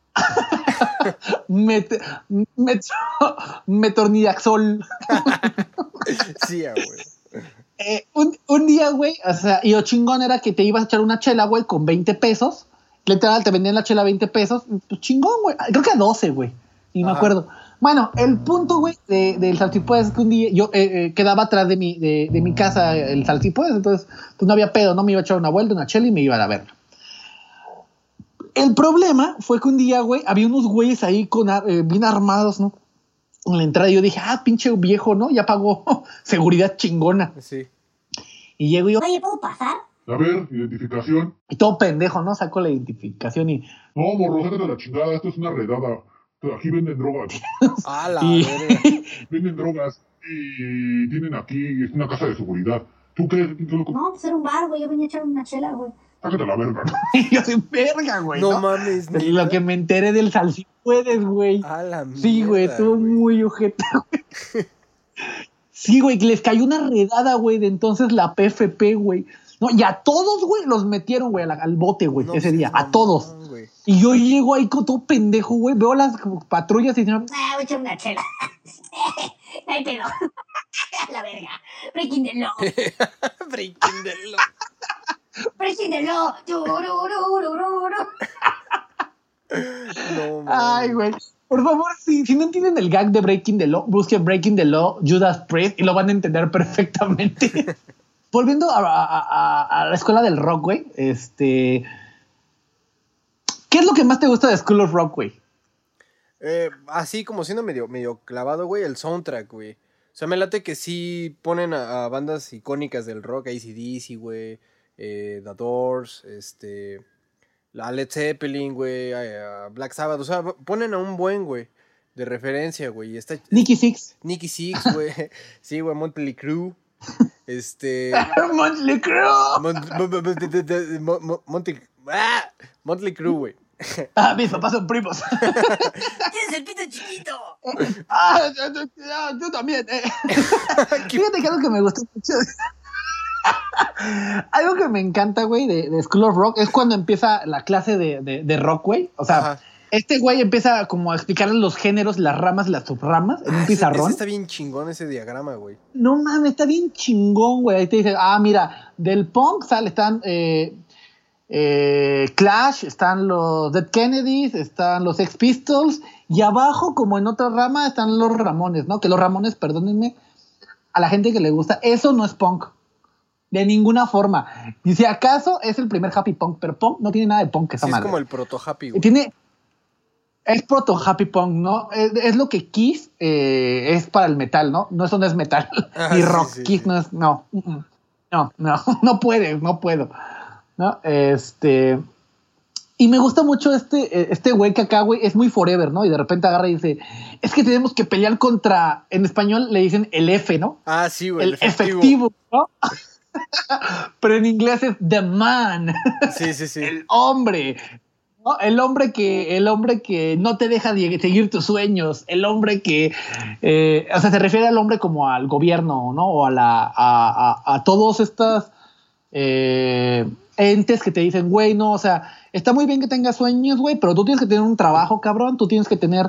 metornidaxol. Sí, güey. Un día, güey, o sea, y lo chingón era que te ibas a echar una chela, güey, con 20 pesos. Literal, te vendían la chela a 20 pesos. Pues chingón, güey. Creo que a 12, güey. Ni me Ajá. acuerdo. Bueno, el punto, güey, del salsipuedes es que un día yo quedaba atrás de mi casa el salsipuedes, entonces pues no había pedo, no me iba a echar una vuelta, una chela y me iba a ver. El problema fue que un día, güey, había unos güeyes ahí bien armados, ¿no? En la entrada y yo dije, pinche viejo, ¿no? Ya pagó seguridad chingona. Sí. Y llego yo, Oye, ¿puedo pasar? A ver, identificación. y todo pendejo, ¿no? Saco la identificación y... No, morro, sácate a la chingada, esto es una redada. Aquí venden drogas. Ah, la Y- verga. Venden drogas y tienen aquí, es una casa de seguridad. ¿Tú qué? No, pues era un bar, güey. Yo venía a echar una chela, güey. Sácate la verga, ¿no? Y yo soy verga, güey. No mames, De ¿neta? lo que me enteré del sal, si puedes, güey. A la Sí, güey, mierda, estuvo muy ojete, güey. Sí, güey, que les cayó una redada, güey, de entonces la PFP, güey. No, y a todos, güey, los metieron, güey, al bote, güey, No, ese pues, día. mamón, A todos. güey. Y yo llego ahí con todo pendejo, güey. Veo las patrullas y dicen, Ah, voy a echar una chela. No hay pedo. A la verga. Breaking the law. Breaking the law. Breaking the law. Turururururu. No mames. ay, güey. Por favor, si no entienden el gag de Breaking the Law, busquen Breaking the Law, Judas Priest y lo van a entender perfectamente. Volviendo a la escuela del rock, güey, ¿qué es lo que más te gusta de School of Rock, güey? Así como siendo medio clavado, güey, el soundtrack, güey. O sea, me late que sí ponen a bandas icónicas del rock, AC/DC, güey, The Doors, la Led Zeppelin, güey, a Black Sabbath. O sea, ponen a un buen, güey, de referencia, güey. Nicky Six. Nicky Six, güey. Sí, güey, Motley Crue. Motley Crue. Motley Crue, güey. Mis papás son primos. Tienes el pito chiquito. Yo también. Fíjate que algo que me gusta mucho. Algo que me encanta, güey, de School of Rock es cuando empieza la clase de rock, güey. O sea, Ajá. este güey empieza como a explicarles los géneros, las ramas y las subramas en un pizarrón. Ese está bien chingón ese diagrama, güey. No mames, está bien chingón, güey. Ahí te dice, mira, del punk están Clash, están los Dead Kennedys, están los Sex Pistols, y abajo, como en otra rama, están los Ramones, ¿no? Que los Ramones, perdónenme, a la gente que le gusta, eso no es punk. De ninguna forma. Y si acaso es el primer happy punk, pero punk no tiene nada de punk esa Sí, es madre. como el proto-happy, güey. Es proto happy punk, ¿no? Es lo que Kiss es para el metal, ¿no? No, eso no es metal. Ni rock. Sí, Kiss sí. no es, no. No puedo. ¿No? Y me gusta mucho este güey que acá, güey, es muy forever, ¿no? Y de repente agarra y dice, es que tenemos que pelear contra, en español le dicen el F, ¿no? Ah, sí, güey. El efectivo, ¿no? Pero en inglés es the man. Sí. El hombre, ¿no? El hombre que no te deja de seguir tus sueños, el hombre que, o sea, se refiere al hombre como al gobierno, ¿no? O a todos estas entes que te dicen, güey, no, o sea, está muy bien que tengas sueños, güey, pero tú tienes que tener un trabajo, cabrón, tú tienes que tener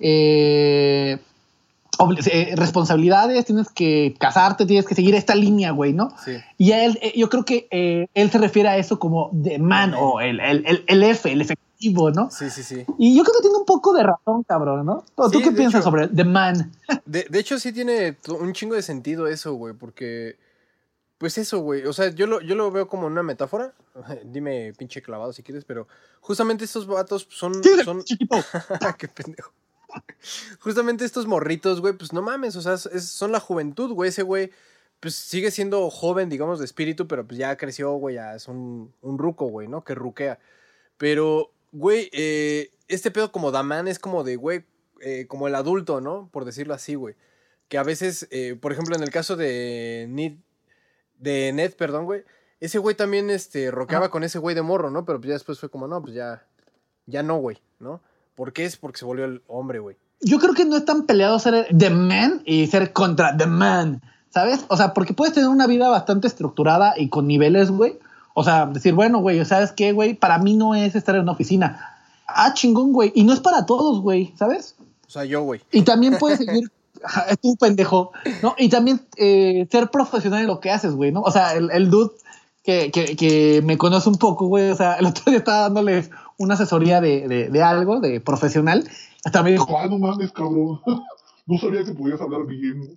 responsabilidades, tienes que casarte, tienes que seguir esta línea, güey, ¿no? Sí. Y a él, yo creo que él se refiere a eso como the man o el F, el efectivo, ¿no? Sí. Y yo creo que tiene un poco de razón, cabrón, ¿no? ¿Tú Sí, qué de piensas hecho. sobre the man? De hecho, sí tiene un chingo de sentido eso, güey, porque... Pues eso, güey. O sea, yo lo veo como una metáfora. Dime pinche clavado si quieres, pero justamente estos vatos son... Chiquito. Qué pendejo. Justamente estos morritos, güey, pues no mames, o sea, son la juventud, güey. Ese güey, pues sigue siendo joven, digamos, de espíritu, pero pues ya creció, güey, ya es un ruco, güey, ¿no? Que ruquea. Pero, güey, este pedo como Daman es como de, güey, como el adulto, ¿no? Por decirlo así, güey. Que a veces, por ejemplo, en el caso de Ned, perdón, güey, ese güey también, rockeaba con ese güey de morro, ¿no? Pero pues ya después fue como, no, pues ya no, güey, ¿no? ¿Por qué? Es porque se volvió el hombre, güey. Yo creo que no es tan peleado ser the man y ser contra the man, ¿sabes? O sea, porque puedes tener una vida bastante estructurada y con niveles, güey. O sea, decir, bueno, güey, ¿sabes qué, güey? Para mí no es estar en una oficina. Chingón, güey. Y no es para todos, güey, ¿sabes? O sea, yo, güey. Y también puedes seguir... Es tu pendejo, ¿no? Y también ser profesional en lo que haces, güey, ¿no? O sea, el dude que me conoce un poco, güey, o sea, el otro día estaba dándoles una asesoría de algo, de profesional, hasta me dijo, No mames, cabrón. No sabía que podías hablar bien.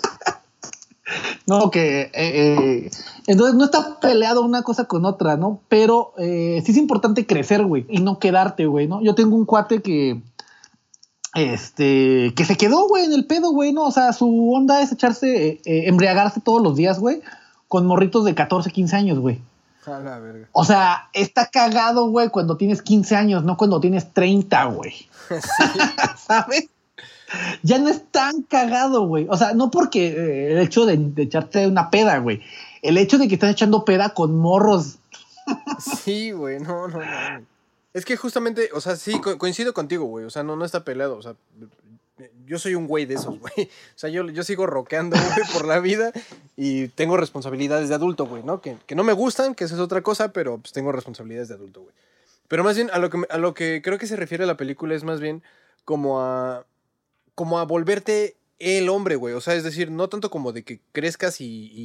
no, que entonces no está peleado una cosa con otra, ¿no? Pero sí es importante crecer, güey, y no quedarte, güey, ¿no? Yo tengo un cuate que se quedó, güey, en el pedo, güey, ¿no? O sea, su onda es echarse, embriagarse todos los días, güey, con morritos de 14, 15 años, güey. A la verga. O sea, está cagado, güey, cuando tienes 15 años, no cuando tienes 30, güey. ¿Sabes? Ya no es tan cagado, güey. O sea, no porque el hecho de echarte una peda, güey. El hecho de que estás echando peda con morros Sí, güey, no. Es que justamente, o sea, sí, coincido contigo, güey. O sea, no está peleado. O sea, yo soy un güey de esos, güey. O sea, yo sigo rockeando, güey, por la vida y tengo responsabilidades de adulto, güey, ¿no? Que no me gustan, que eso es otra cosa, pero pues tengo responsabilidades de adulto, güey. Pero más bien, a lo que creo que se refiere la película es más bien como a volverte el hombre, güey. O sea, es decir, no tanto como de que crezcas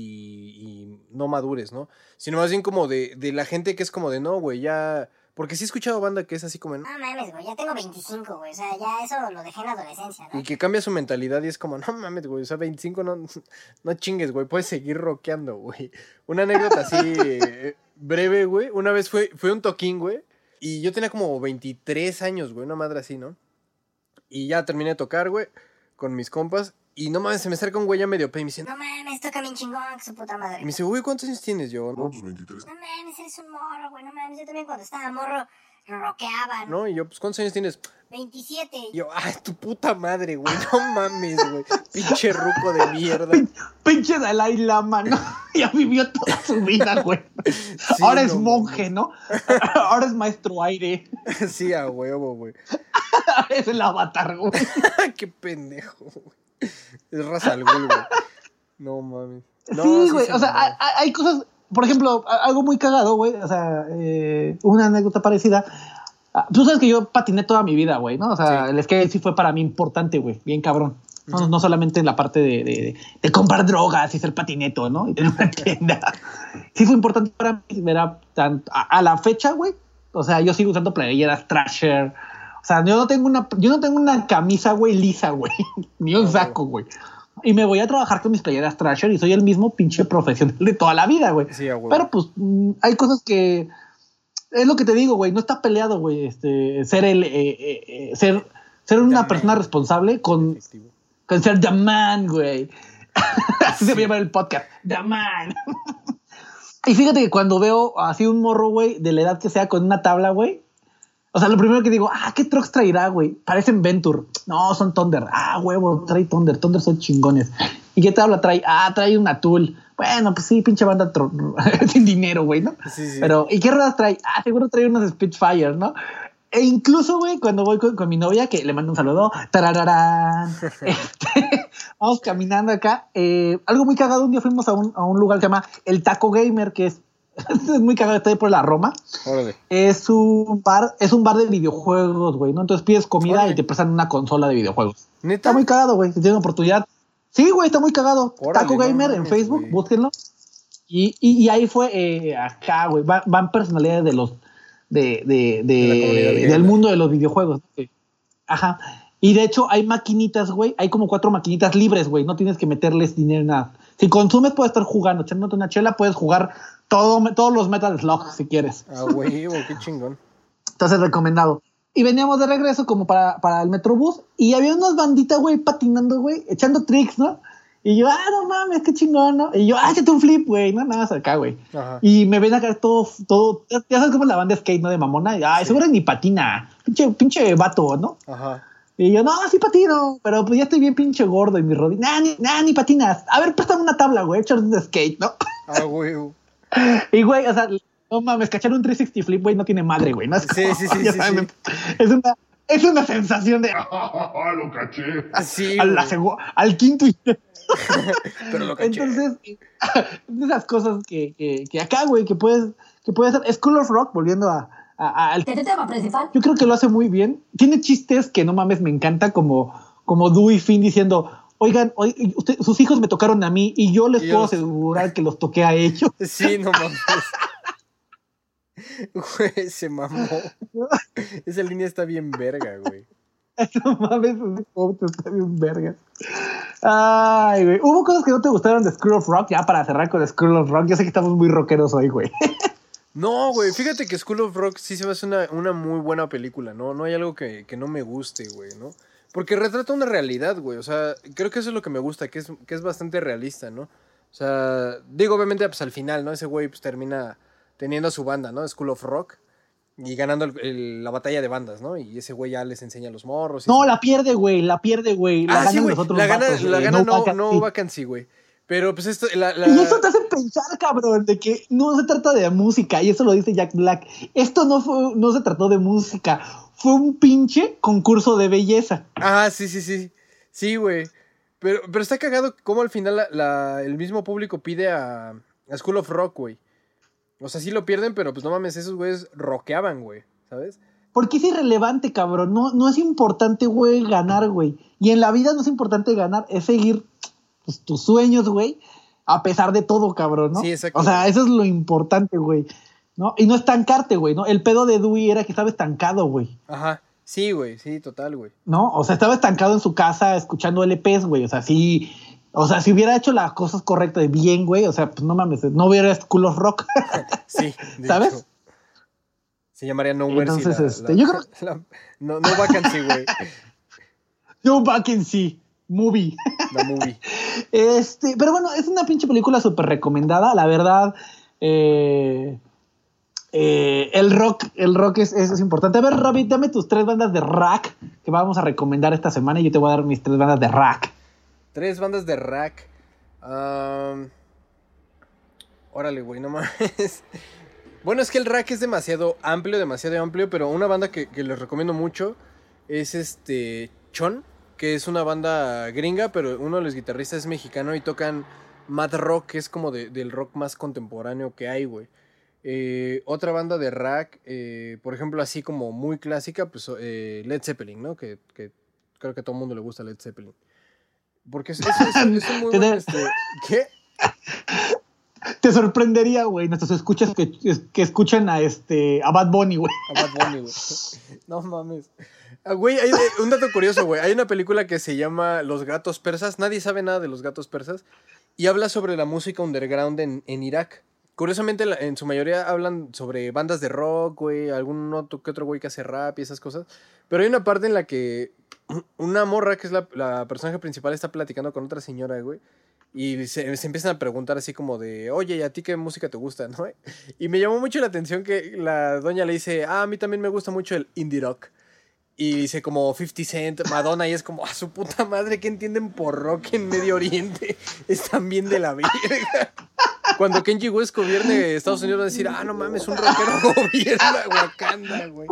y no madures, ¿no? Sino más bien como de la gente que es como de, no, güey, ya... Porque sí he escuchado banda que es así como... No mames, güey, ya tengo 25, güey. O sea, ya eso lo dejé en la adolescencia, ¿no? Y que cambia su mentalidad y es como, no mames, güey, o sea, 25 no chingues, güey, puedes seguir rockeando, güey. Una anécdota así breve, güey. Una vez fue un toquín, güey, y yo tenía como 23 años, güey, una madre así, ¿no? Y ya terminé de tocar, güey, con mis compas. Y no mames, se me acerca un güey ya medio pe y me dice... No mames, toca bien chingón, que su puta madre. Y me dice, güey, ¿cuántos años tienes? Yo, No, pues 23. No mames, eres un morro, güey. No mames, yo también cuando estaba morro rockeaba, ¿no? no, y yo, pues, ¿cuántos años tienes? 27. Y yo, ay, tu puta madre, güey, no mames, güey. Pinche ruco de mierda. Pinche Dalai Lama, ¿no? Ya vivió toda su vida, güey. Sí, Ahora es no monje, ¿no? Ahora es maestro aire. Sí, a huevo, güey. Es el avatar, güey. Qué pendejo, güey. Es raza al güey. No mames. No, Sí, güey. se O sea, mamó. hay cosas, por ejemplo, algo muy cagado, güey. O sea, una anécdota parecida. Tú sabes que yo patiné toda mi vida, güey, ¿no? O sea, Sí. el skate sí fue para mí importante, güey. Bien cabrón. No solamente en la parte de comprar drogas y ser patineto, ¿no? Y tener una tienda. Sí fue importante para mí. Era a la fecha, güey. O sea, yo sigo usando playeras Thrasher. O sea, yo no tengo una camisa, güey, lisa, güey. Ni un saco, güey. Y me voy a trabajar con mis playeras Thrasher y soy el mismo pinche profesional de toda la vida, güey. Sí, a huevo. Pero pues hay cosas que... Es lo que te digo, güey. No está peleado, güey. Ser una persona responsable con ser the man, güey. Así se llama el podcast. The man. Y fíjate que cuando veo así un morro, güey, de la edad que sea con una tabla, güey. O sea, lo primero que digo, ¿qué trucks traerá, güey? Parecen Venture. No, son Thunder. Huevo, trae Thunder. Thunder son chingones. ¿Y qué tabla trae? Trae una Tool. Bueno, pues sí, pinche banda sin dinero, güey, ¿no? Sí. Pero, ¿y qué ruedas trae? Seguro trae unos Spitfire, ¿no? E incluso, güey, cuando voy con mi novia, que le mando un saludo, tarararán, vamos caminando acá. Algo muy cagado, un día fuimos a un lugar que se llama El Taco Gamer, que es muy cagado, está ahí por la Roma. Órale. Es un bar de videojuegos, güey, ¿no? Entonces pides comida Órale. y te prestan una consola de videojuegos. ¿Neta? Está muy cagado, güey, si tienen oportunidad. Sí, güey, está muy cagado. Órale, Taco no Gamer en mames, Facebook, güey. búsquenlo. Y ahí fue acá, güey, van personalidades de los la comunidad gamer. del mundo de los videojuegos. Ajá. Y de hecho hay maquinitas, güey, hay como 4 maquinitas libres, güey, no tienes que meterles dinero en nada. Si consumes puedes estar jugando, echándote una chela, puedes jugar todos los Metal Slug si quieres. Güey, qué chingón. Entonces recomendado. Y veníamos de regreso como para el Metrobús y había unas banditas, güey, patinando, güey, echando tricks, ¿no? Y yo, no mames, qué chingón, ¿no? Y yo, échate un flip, güey, no, nada más acá, güey. Ajá. Y me ven acá todo, ya sabes cómo es la banda skate, ¿no? De mamona. Y, seguro ni patina, pinche vato, ¿no? Ajá. Y yo, no, sí patino, pero pues ya estoy bien pinche gordo y mi rodilla. Ni patinas. A ver, préstame una tabla, güey, echar de skate, ¿no? Güey. Y, güey, o sea, no mames, cachar un 360 flip, güey, no tiene madre, güey. ¿No? Es Sí, como, sí, ya sí, saben, sí. Es una sensación de Lo caché. Sí, al quinto y... pero lo caché. Entonces, de esas cosas que acá, güey, que puedes hacer. School of Rock, volviendo al tema principal. yo creo que lo hace muy bien. Tiene chistes que no mames, me encanta, como Dewey Finn diciendo, oigan, sus hijos me tocaron a mí y yo les puedo asegurar que los toqué a ellos. Sí, no mames. Güey, se mamó. Esa línea está bien verga, güey. No mames, ese quote está bien verga. Ay, güey. ¿Hubo cosas que no te gustaron de School of Rock? Ya para cerrar con School of Rock. Yo sé que estamos muy rockeros hoy, güey. No, güey, fíjate que School of Rock sí se me hace una muy buena película, ¿no? No hay algo que no me guste, güey, ¿no? Porque retrata una realidad, güey, o sea, creo que eso es lo que me gusta, que es bastante realista, ¿no? O sea, digo, obviamente, pues al final, ¿no? Ese güey pues termina teniendo su banda, ¿no? School of Rock, y ganando la batalla de bandas, ¿no? Y ese güey ya les enseña a los morros. No, la pierde, güey. La gana ganan güey, los otros la gana vatos, No Vacancy, güey. Pero pues esto, Y eso te hace pensar, cabrón, de que no se trata de música, y eso lo dice Jack Black. Esto no se trató de música, fue un pinche concurso de belleza. Ah, sí. Sí, güey. Pero está cagado cómo al final el mismo público pide a School of Rock, güey. O sea, sí lo pierden, pero pues no mames, esos güeyes rockeaban, güey, ¿sabes? Porque es irrelevante, cabrón. No es importante, güey, ganar, güey. Y en la vida no es importante ganar, es seguir pues, tus sueños, güey, a pesar de todo, cabrón, ¿no? Sí, exacto. O sea, eso es lo importante, güey, ¿no? Y no estancarte, güey, ¿no? El pedo de Dewey era que estaba estancado, güey. Ajá. Sí, güey, sí, total, güey. ¿No? O sea, estaba estancado en su casa escuchando LPs, güey. O sea, sí. O sea, si hubiera hecho las cosas correctas bien, güey, o sea, pues no mames, no hubiera School of Rock. Sí, de ¿sabes? hecho. Se llamaría No Mercy. Entonces, yo creo... No Vacancy, güey. No Vacancy Movie. La movie. Pero bueno, es una pinche película súper recomendada, la verdad. El rock es importante. A ver, Robbie, dame tus 3 bandas de rock que vamos a recomendar esta semana y yo te voy a dar mis 3 bandas de rock. 3 bandas de rock. Órale, güey, no mames. Bueno, es que el rock es demasiado amplio, pero una banda que les recomiendo mucho es Chon, que es una banda gringa, pero uno de los guitarristas es mexicano y tocan mad rock, que es como del rock más contemporáneo que hay, güey. Otra banda de rock, por ejemplo, así como muy clásica, pues Led Zeppelin, ¿no? Que creo que a todo el mundo le gusta Led Zeppelin. Porque es un muy buen... ¿Qué? Te sorprendería, güey, nuestros escuchas que escuchan a Bad Bunny, güey. A Bad Bunny, güey. No mames. Güey, hay un dato curioso, güey. Hay una película que se llama Los Gatos Persas. Nadie sabe nada de los Gatos Persas. Y habla sobre la música underground en Irak. Curiosamente, en su mayoría hablan sobre bandas de rock, güey. Algún otro que otro güey que hace rap y esas cosas. Pero hay una parte en la que una morra, que es la personaje principal, está platicando con otra señora, güey. Y se empiezan a preguntar así como de, oye, ¿y a ti qué música te gusta, no? Y me llamó mucho la atención que la doña le dice, a mí también me gusta mucho el indie rock. Y dice como 50 Cent, Madonna, y es como, a su puta madre, ¿qué entienden por rock en Medio Oriente? Están bien de la verga. Cuando Kenji West gobierne Estados Unidos va a decir, no mames, un rockero gobierna Wakanda, güey.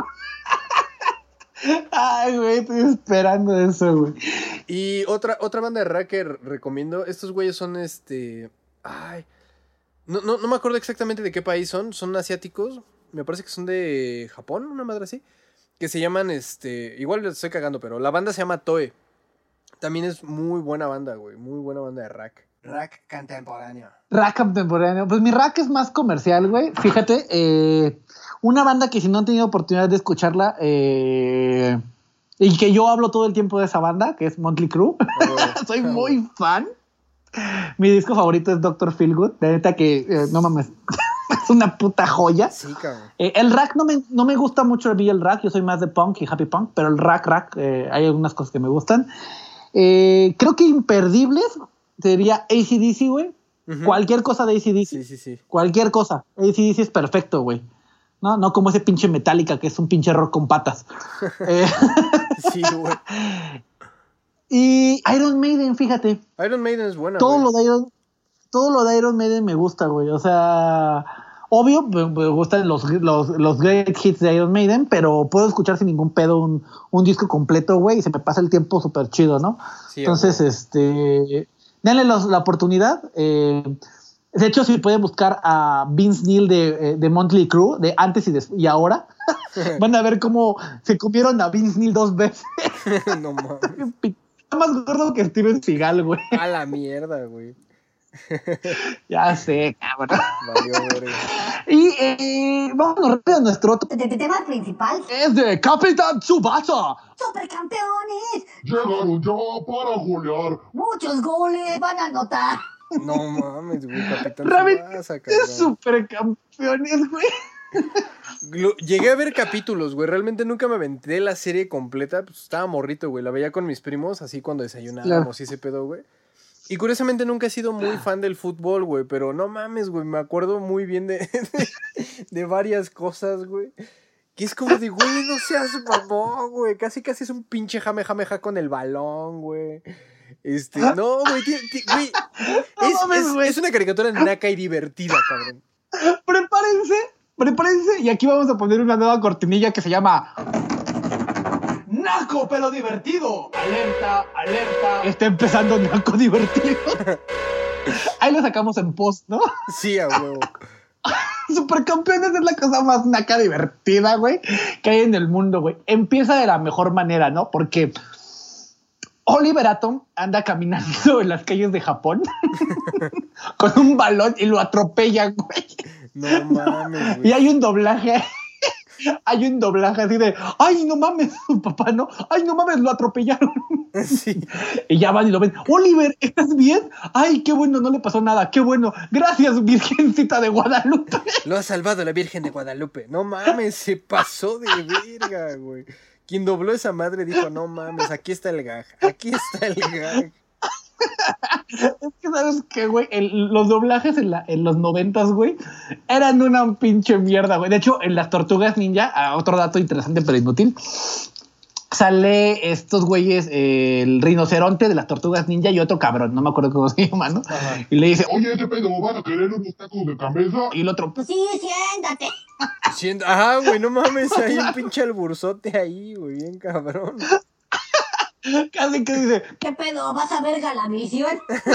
Ay, güey, estoy esperando eso, güey. Y otra banda de rock que recomiendo, estos güeyes son Ay, no me acuerdo exactamente de qué país son asiáticos, me parece que son de Japón, una madre así, que se llaman, igual les estoy cagando, pero la banda se llama Toe. También es muy buena banda, güey, muy buena banda de rock. Rock contemporáneo. Rock contemporáneo. Pues mi rock es más comercial, güey. Fíjate, una banda que si no han tenido oportunidad de escucharla, y que yo hablo todo el tiempo de esa banda, que es Motley Crue. Soy muy fan. Mi disco favorito es Dr. Feelgood. De neta que, no mames, es una puta joya. Sí, cabrón. El rock no me gusta mucho el rock. Yo soy más de punk y happy punk, pero el rock, hay algunas cosas que me gustan. Creo que imperdibles sería AC/DC, güey. Uh-huh. Cualquier cosa de AC/DC. Sí. Cualquier cosa. AC/DC es perfecto, güey. No como ese pinche Metallica que es un pinche rock con patas. Sí, güey. Y Iron Maiden, fíjate. Iron Maiden es buena, todo güey. Lo de Iron Maiden me gusta, güey. O sea, obvio, me gustan los great hits de Iron Maiden, pero puedo escuchar sin ningún pedo un disco completo, güey, y se me pasa el tiempo súper chido, ¿no? Sí, entonces, denle la oportunidad. De hecho, si pueden buscar a Vince Neil de Motley Crue, de antes y ahora, van a ver cómo se comieron a Vince Neil 2 veces. No mames. Está más gordo que Steven Seagal, güey. A la mierda, güey. Ya sé, cabrón. Valió, verga. Y vámonos rápido a nuestro otro tema principal. Es de Capitán Tsubasa. ¡Supercampeones! Llegaron ya para golear. Muchos goles van a anotar. No mames, güey, Capitán Tsubasa, cabrón. Es Supercampeones, güey. Llegué a ver capítulos, güey. Realmente nunca me aventé la serie completa. Pues estaba morrito, güey. La veía con mis primos, así cuando desayunábamos y ese pedo, güey. Y curiosamente nunca he sido muy fan del fútbol, güey. Pero no mames, güey. Me acuerdo muy bien de varias cosas, güey. Que es como de, güey, no seas mamón, güey. Casi es un pinche jamejameja con el balón, güey. No, güey, güey. Es una caricatura naca y divertida, cabrón. Prepárense, y aquí vamos a poner una nueva cortinilla que se llama Naco, pero divertido. Alerta. Está empezando Naco divertido. Ahí lo sacamos en post, ¿no? Sí, a huevo. Supercampeones es la cosa más naca divertida, güey, que hay en el mundo, güey. Empieza de la mejor manera, ¿no? Porque Oliver Atom anda caminando en las calles de Japón con un balón y lo atropellan, güey. No mames, güey. Y hay un doblaje así de, ay, no mames, su papá, ¿no? Ay, no mames, lo atropellaron. Sí. Y ya van y lo ven. Oliver, ¿estás bien? Ay, qué bueno, no le pasó nada. Qué bueno. Gracias, Virgencita de Guadalupe. Lo ha salvado la Virgen de Guadalupe. No mames, se pasó de verga, güey. Quien dobló esa madre dijo, no mames, aquí está el gag. Es que, ¿sabes qué, güey? Los doblajes en los 90s, güey, eran una pinche mierda, güey. De hecho, en las Tortugas Ninja, otro dato interesante pero inútil, sale estos güeyes, el rinoceronte de las Tortugas Ninja y otro cabrón, no me acuerdo cómo se llama, ¿no? Ajá. Y le dice, Oye, ¿qué pedo? ¿Vas a querer unos tacos de cabeza? y el otro, Pues sí, siéntate. Ajá, güey, no mames, hay un pinche alburzote ahí, güey, bien cabrón. casi que dice, ¿Qué pedo? ¿Vas a ver Galavisión?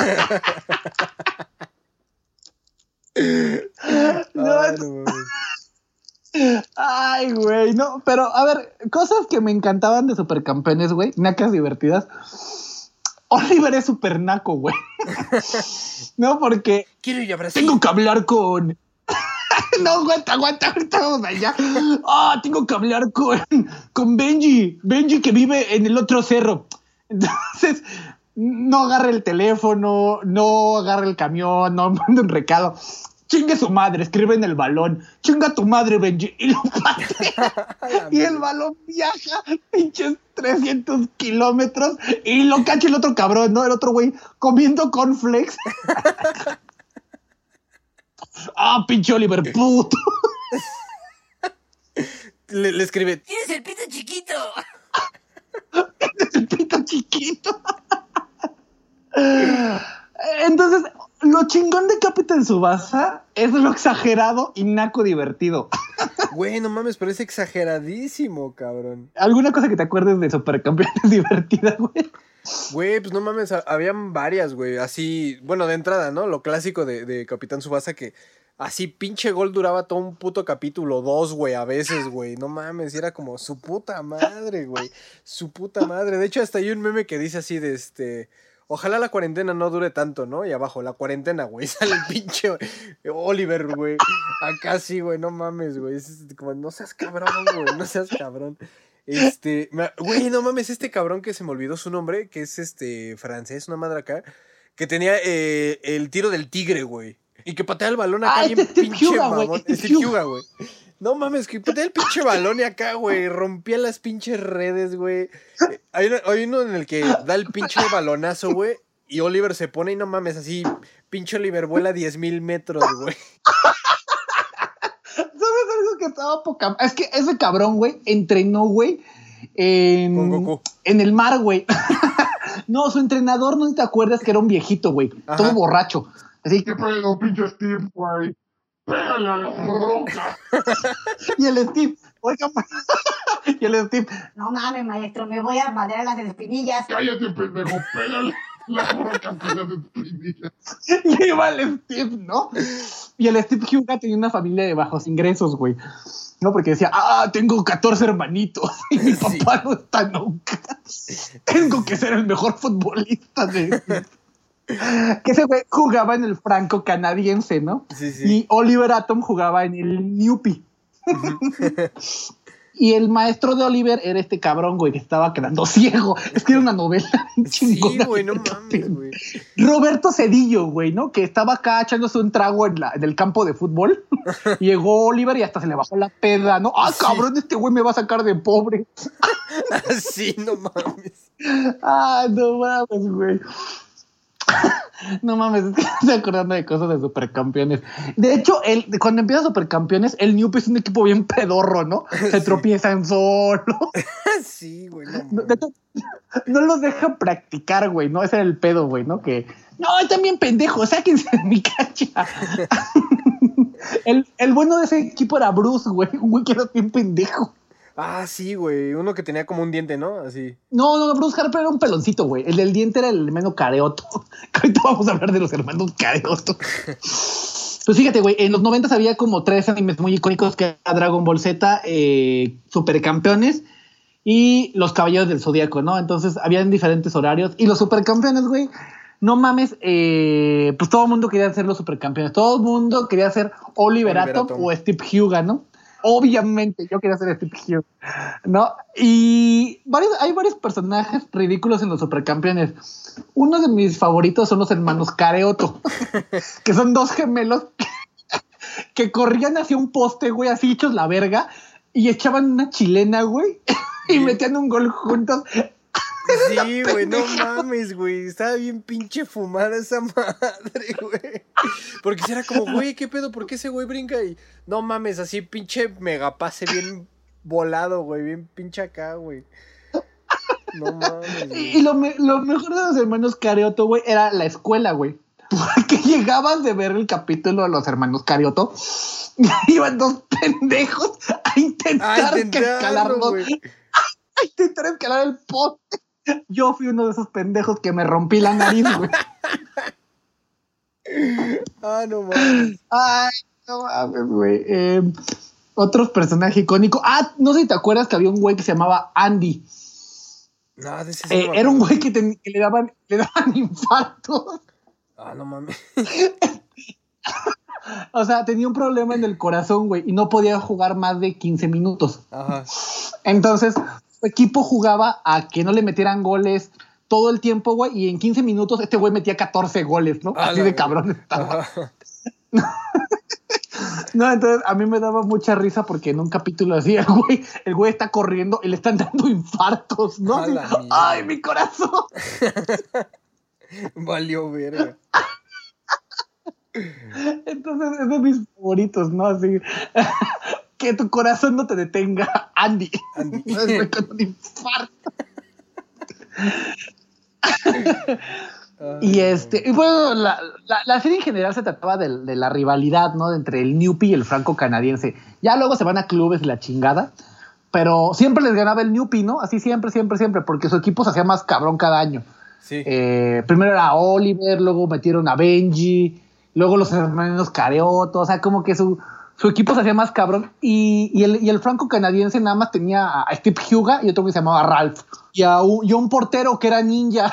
No. ay, güey, no, pero a ver, cosas que me encantaban de Supercampeones, güey, nacas divertidas. Oliver es super naco, güey. No, porque Quiero ir a Brasil. tengo que hablar con... No, aguanta, estamos allá. Tengo que hablar con Benji que vive en el otro cerro. Entonces, no agarra el teléfono, no agarra el camión, no manda un recado. Chingue su madre, escribe en el balón. Chinga tu madre, Benji. Y lo patea. Y el balón viaja pinches 300 kilómetros y lo cacha el otro cabrón, ¿no? El otro güey comiendo cornflakes. Pinche Oliver, puto. Le escribe, Tienes el pito chiquito. El pito chiquito. Entonces, lo chingón de Capitán Tsubasa es lo exagerado y naco divertido. güey, no mames, pero es exageradísimo, cabrón. ¿Alguna cosa que te acuerdes de Supercampeones divertida, güey? Güey, pues no mames, habían varias, güey, así, bueno, de entrada, ¿no? Lo clásico de Capitán Tsubasa que así pinche gol duraba todo un puto capítulo, 2, güey, a veces, güey, no mames, y era como su puta madre, güey, su puta madre. De hecho, hasta hay un meme que dice así de ojalá la cuarentena no dure tanto, ¿no? Y abajo, la cuarentena, güey, sale el pinche Oliver, güey, acá sí, güey, no mames, güey, es como, no seas cabrón, güey, no seas cabrón. Güey, no mames, este cabrón que se me olvidó su nombre, que es francés, una madre acá, que tenía el tiro del tigre, güey. Y que patea el balón acá bien pinche mamón. Steve Huga, güey. No mames, que patea el pinche balón y acá, güey, rompía las pinches redes, güey. Hay uno en el que da el pinche balonazo, güey, y Oliver se pone y no mames, así, pinche Oliver vuela 10,000 metros, güey. ¿Sabes algo que estaba poca? Es que ese cabrón, güey, entrenó, güey, Con Goku. en el mar, güey. No, su entrenador, no te acuerdas que era un viejito, güey, todo borracho. Así ¿Qué pedo, pinche Steve, güey? Pégale a la roca. y el Steve, oiga, y el Steve, No mames, maestro, me voy a madrear las espinillas. Cállate, pendejo. Pégale a la roca que las espinillas. y iba el Steve, ¿no? Y el Steve Huga tenía una familia de bajos ingresos, güey. No, porque decía, tengo 14 hermanitos y mi papá no está nunca. Tengo que ser el mejor futbolista de... Que ese güey jugaba en el franco canadiense, ¿no? Sí, sí. Y Oliver Atom jugaba en el Newpie. Y el maestro de Oliver era este cabrón, güey, que estaba quedando ciego. Es que era una novela Sí, chingona. güey, no mames, güey. Roberto Cedillo, güey, ¿no? Que estaba acá echándose un trago en el campo de fútbol. Llegó Oliver y hasta se le bajó la peda, ¿no? Cabrón, este güey me va a sacar de pobre. Sí, no mames. No mames, güey. No mames, es que estoy acordando de cosas de Supercampeones. De hecho, cuando empieza Supercampeones, el Newp es un equipo bien pedorro, ¿no? Se Sí. tropiezan solo. Sí, güey, No, no. de hecho, no los dejan practicar, güey, ¿no? Ese era el pedo, güey, ¿no? Que, no, están bien pendejos, sáquense de mi cancha. El bueno de ese equipo era Bruce, güey, un güey que era bien pendejo. Ah, sí, güey. Uno que tenía como un diente, ¿no? Así. No, Bruce Harper era un peloncito, güey. El del diente era el hermano Careoto. Ahorita vamos a hablar de los hermanos Careoto. Pues fíjate, güey, en los 90 había como 3 animes muy icónicos que era Dragon Ball Z, Supercampeones y Los Caballeros del Zodíaco, ¿no? Entonces habían diferentes horarios. Y los Supercampeones, güey, no mames, pues todo el mundo quería ser los Supercampeones. Todo el mundo quería ser Oliver Atom o Steve Hyuga, ¿no? Obviamente, yo quería ser Steve Hyuga, ¿no? Y hay varios personajes ridículos en los Supercampeones. Uno de mis favoritos son los hermanos Careoto, que son dos gemelos que corrían hacia un poste, güey, así hechos la verga, y echaban una chilena, güey, y metían un gol juntos. Sí, güey, no mames, güey. Estaba bien pinche fumada esa madre, güey. Porque si era como, güey, ¿qué pedo? ¿Por qué ese güey brinca? Y no mames, así pinche megapase bien volado, güey. Bien pinche acá, güey. No mames, güey. Y lo mejor de los hermanos Careoto, güey, era la escuela, güey. Porque llegabas de ver el capítulo de los hermanos Carioto y iban dos pendejos a intentar escalarlo, a intentar escalar el poste. Yo fui uno de esos pendejos que me rompí la nariz, güey. Ah, no mames. Ay, no mames, güey. Otros personajes icónicos. Ah, no sé si te acuerdas que había un güey que se llamaba Andy. No, de ese sí no me era un acuerdo. güey que le daban infartos. Ah, no mames. O sea, tenía un problema en el corazón, güey, y no podía jugar más de 15 minutos. Ajá. Entonces, su equipo jugaba a que no le metieran goles todo el tiempo, güey, y en 15 minutos este güey metía 14 goles, ¿no? Ah, así de cabrón estaba. Ajá. No, entonces a mí me daba mucha risa porque en un capítulo así, el güey está corriendo y le están dando infartos, ¿no? A la Así, mierda. ¡ay, mi corazón! Valió verga. Entonces, es de mis favoritos, ¿no? Así, que tu corazón no te detenga, Andy. Andy. No estoy con un infarto. Y bueno, la serie en general se trataba de la rivalidad, ¿no? Entre el Newpie y el franco canadiense. Ya luego se van a clubes y la chingada, pero siempre les ganaba el Newpie, ¿no? Así siempre, porque su equipo se hacía más cabrón cada año. Sí. Primero era Oliver, luego metieron a Benji, luego los hermanos Careoto, o sea, como que su equipo se hacía más cabrón. Y el franco canadiense nada más tenía a Steve Hyuga y otro que se llamaba Ralph. Y a un portero que era ninja.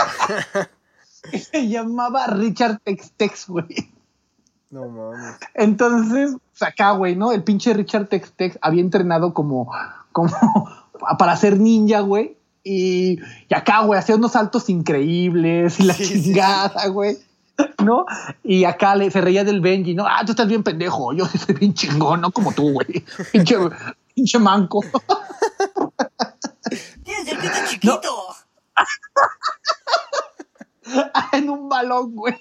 Se llamaba Richard Tex-Tex, güey. No mames. Entonces, pues acá, güey, ¿no? El pinche Richard Tex-Tex había entrenado como para ser ninja, güey. Y acá, güey, hacía unos saltos increíbles y la chingada, güey. ¿No? Y acá se reía del Benji, ¿no? Ah, tú estás bien pendejo, yo sí soy bien chingón, no como tú, güey. Pinche manco. Tienes el pito chiquito. En un balón, güey.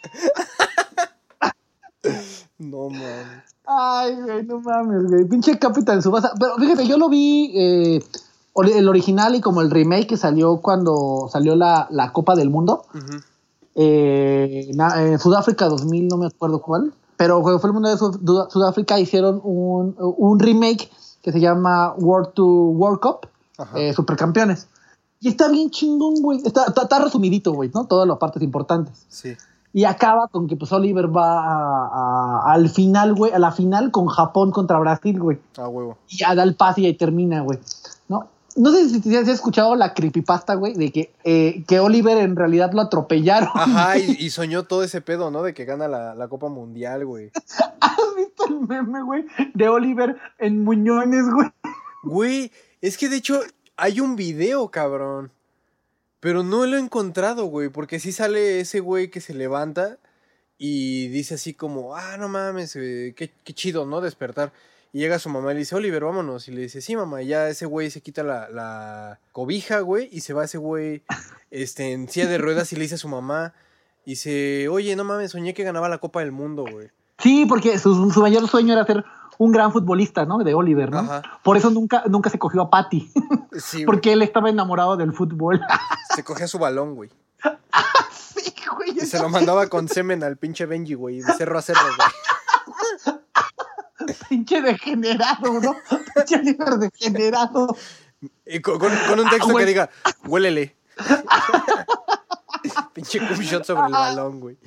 No mames. Ay, güey, no mames, güey. Pinche Capitán Tsubasa. Pero fíjate, yo lo vi el original y como el remake que salió cuando salió la Copa del Mundo. Uh-huh. En Sudáfrica 2000, no me acuerdo cuál. Pero cuando fue el Mundo de Sudáfrica hicieron un remake que se llama World Cup, Supercampeones. Y está bien chingón, güey. Está resumidito, güey, ¿no? Todas las partes importantes. Sí. Y acaba con que pues Oliver va al final, güey, a la final con Japón contra Brasil, güey. Ah, huevo. Y ya da el pase y ahí termina, güey. No sé si has escuchado la creepypasta, güey, de que Oliver en realidad lo atropellaron. Ajá, y soñó todo ese pedo, ¿no? De que gana la Copa Mundial, güey. ¿Has visto el meme, güey? De Oliver en Muñones, güey. Güey, es que de hecho hay un video, cabrón. Pero no lo he encontrado, güey. Porque sí sale ese güey que se levanta y dice así como, ah, no mames, qué chido, ¿no? Despertar. Y llega su mamá y le dice, Oliver, vámonos. Y le dice, sí, mamá. Y ya ese güey se quita la cobija, güey. Y se va ese güey en silla de ruedas y le dice a su mamá, Y dice, oye, no mames, soñé que ganaba la Copa del Mundo, güey. Sí, porque su mayor sueño era ser un gran futbolista, ¿no? De Oliver, ¿no? Ajá. Por eso nunca se cogió a Patty. Sí, güey. Porque él estaba enamorado del fútbol. Se cogía su balón, güey. Sí, güey. Y se lo mandaba con semen al pinche Benji, güey. De cerro a cerro, güey. Pinche degenerado, ¿no? Pinche Oliver degenerado. Y con un texto que diga, huélele. Pinche cum shot sobre el balón, güey.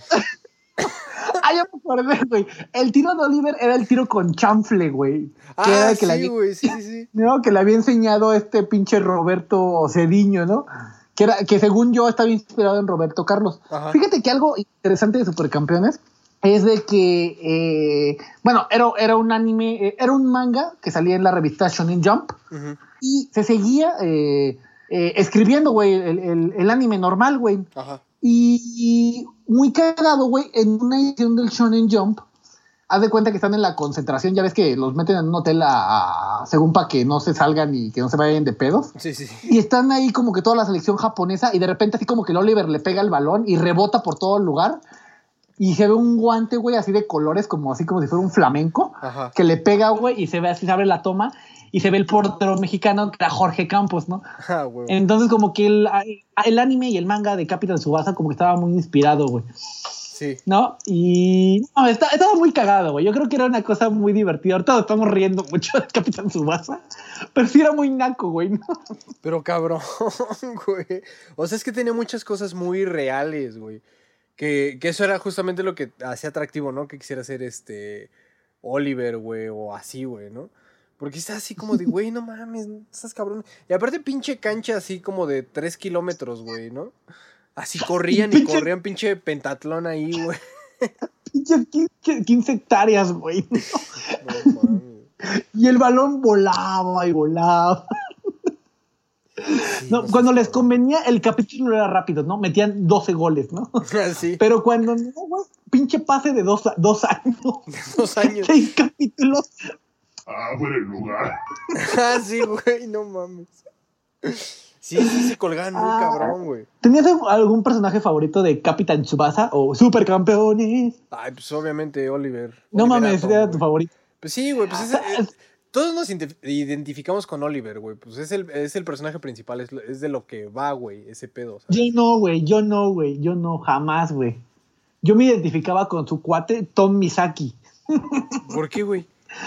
Ya me acordé, güey. El tiro de Oliver era el tiro con chanfle, güey. Sí, güey, sí. No, que le había enseñado este pinche Roberto Cediño, ¿no? Que según yo estaba inspirado en Roberto Carlos. Ajá. Fíjate que algo interesante de Supercampeones es de que, era un anime, era un manga que salía en la revista Shonen Jump. Uh-huh. Y se seguía escribiendo, güey, el anime normal, güey. Ajá. Y muy cagado, güey, en una edición del Shonen Jump, haz de cuenta que están en la concentración, ya ves que los meten en un hotel según para que no se salgan y que no se vayan de pedos. Sí. Y están ahí como que toda la selección japonesa y de repente así como que el Oliver le pega el balón y rebota por todo el lugar y se ve un guante, güey, así de colores, como si fuera un flamenco. Ajá. Que le pega, güey, y se ve así, se abre la toma y se ve el portero mexicano que era Jorge Campos, ¿no? Güey. Entonces como que el anime y el manga de Capitán Tsubasa como que estaba muy inspirado, güey. Sí. ¿No? Y no, estaba muy cagado, güey. Yo creo que era una cosa muy divertida. Ahorita estamos riendo mucho de Capitán Tsubasa, pero sí era muy naco, güey, ¿no? Pero cabrón, güey. O sea, es que tenía muchas cosas muy reales, güey. Que eso era justamente lo que hacía atractivo, ¿no? Que quisiera ser Oliver, güey, o así, güey, ¿no? Porque está así como de, güey, no mames, estás cabrón. Y aparte pinche cancha así como de 3 kilómetros, güey, ¿no? Así corrían pinche pentatlón ahí, güey. Pinches 15 hectáreas, güey. No mames. Y el balón volaba y volaba. Sí, no, cuando les convenía, el capítulo era rápido, ¿no? Metían 12 goles, ¿no? Sí. Pero cuando no, güey, pinche pase de 2 años. 2 años. 6 capítulos. Fuera el lugar. Sí, güey, no mames. Sí, se colgaban muy cabrón, güey. ¿Tenías algún personaje favorito de Capitán Tsubasa o Supercampeones? Ay, pues obviamente Oliver. No mames, Oliverato, era güey. tu favorito. Pues sí, güey, pues todos nos identificamos con Oliver, güey. Pues es el personaje principal, es de lo que va, güey, ese pedo, ¿sabes? Yo no, jamás, güey. Yo me identificaba con su cuate Tom Misaki. ¿Por qué, güey?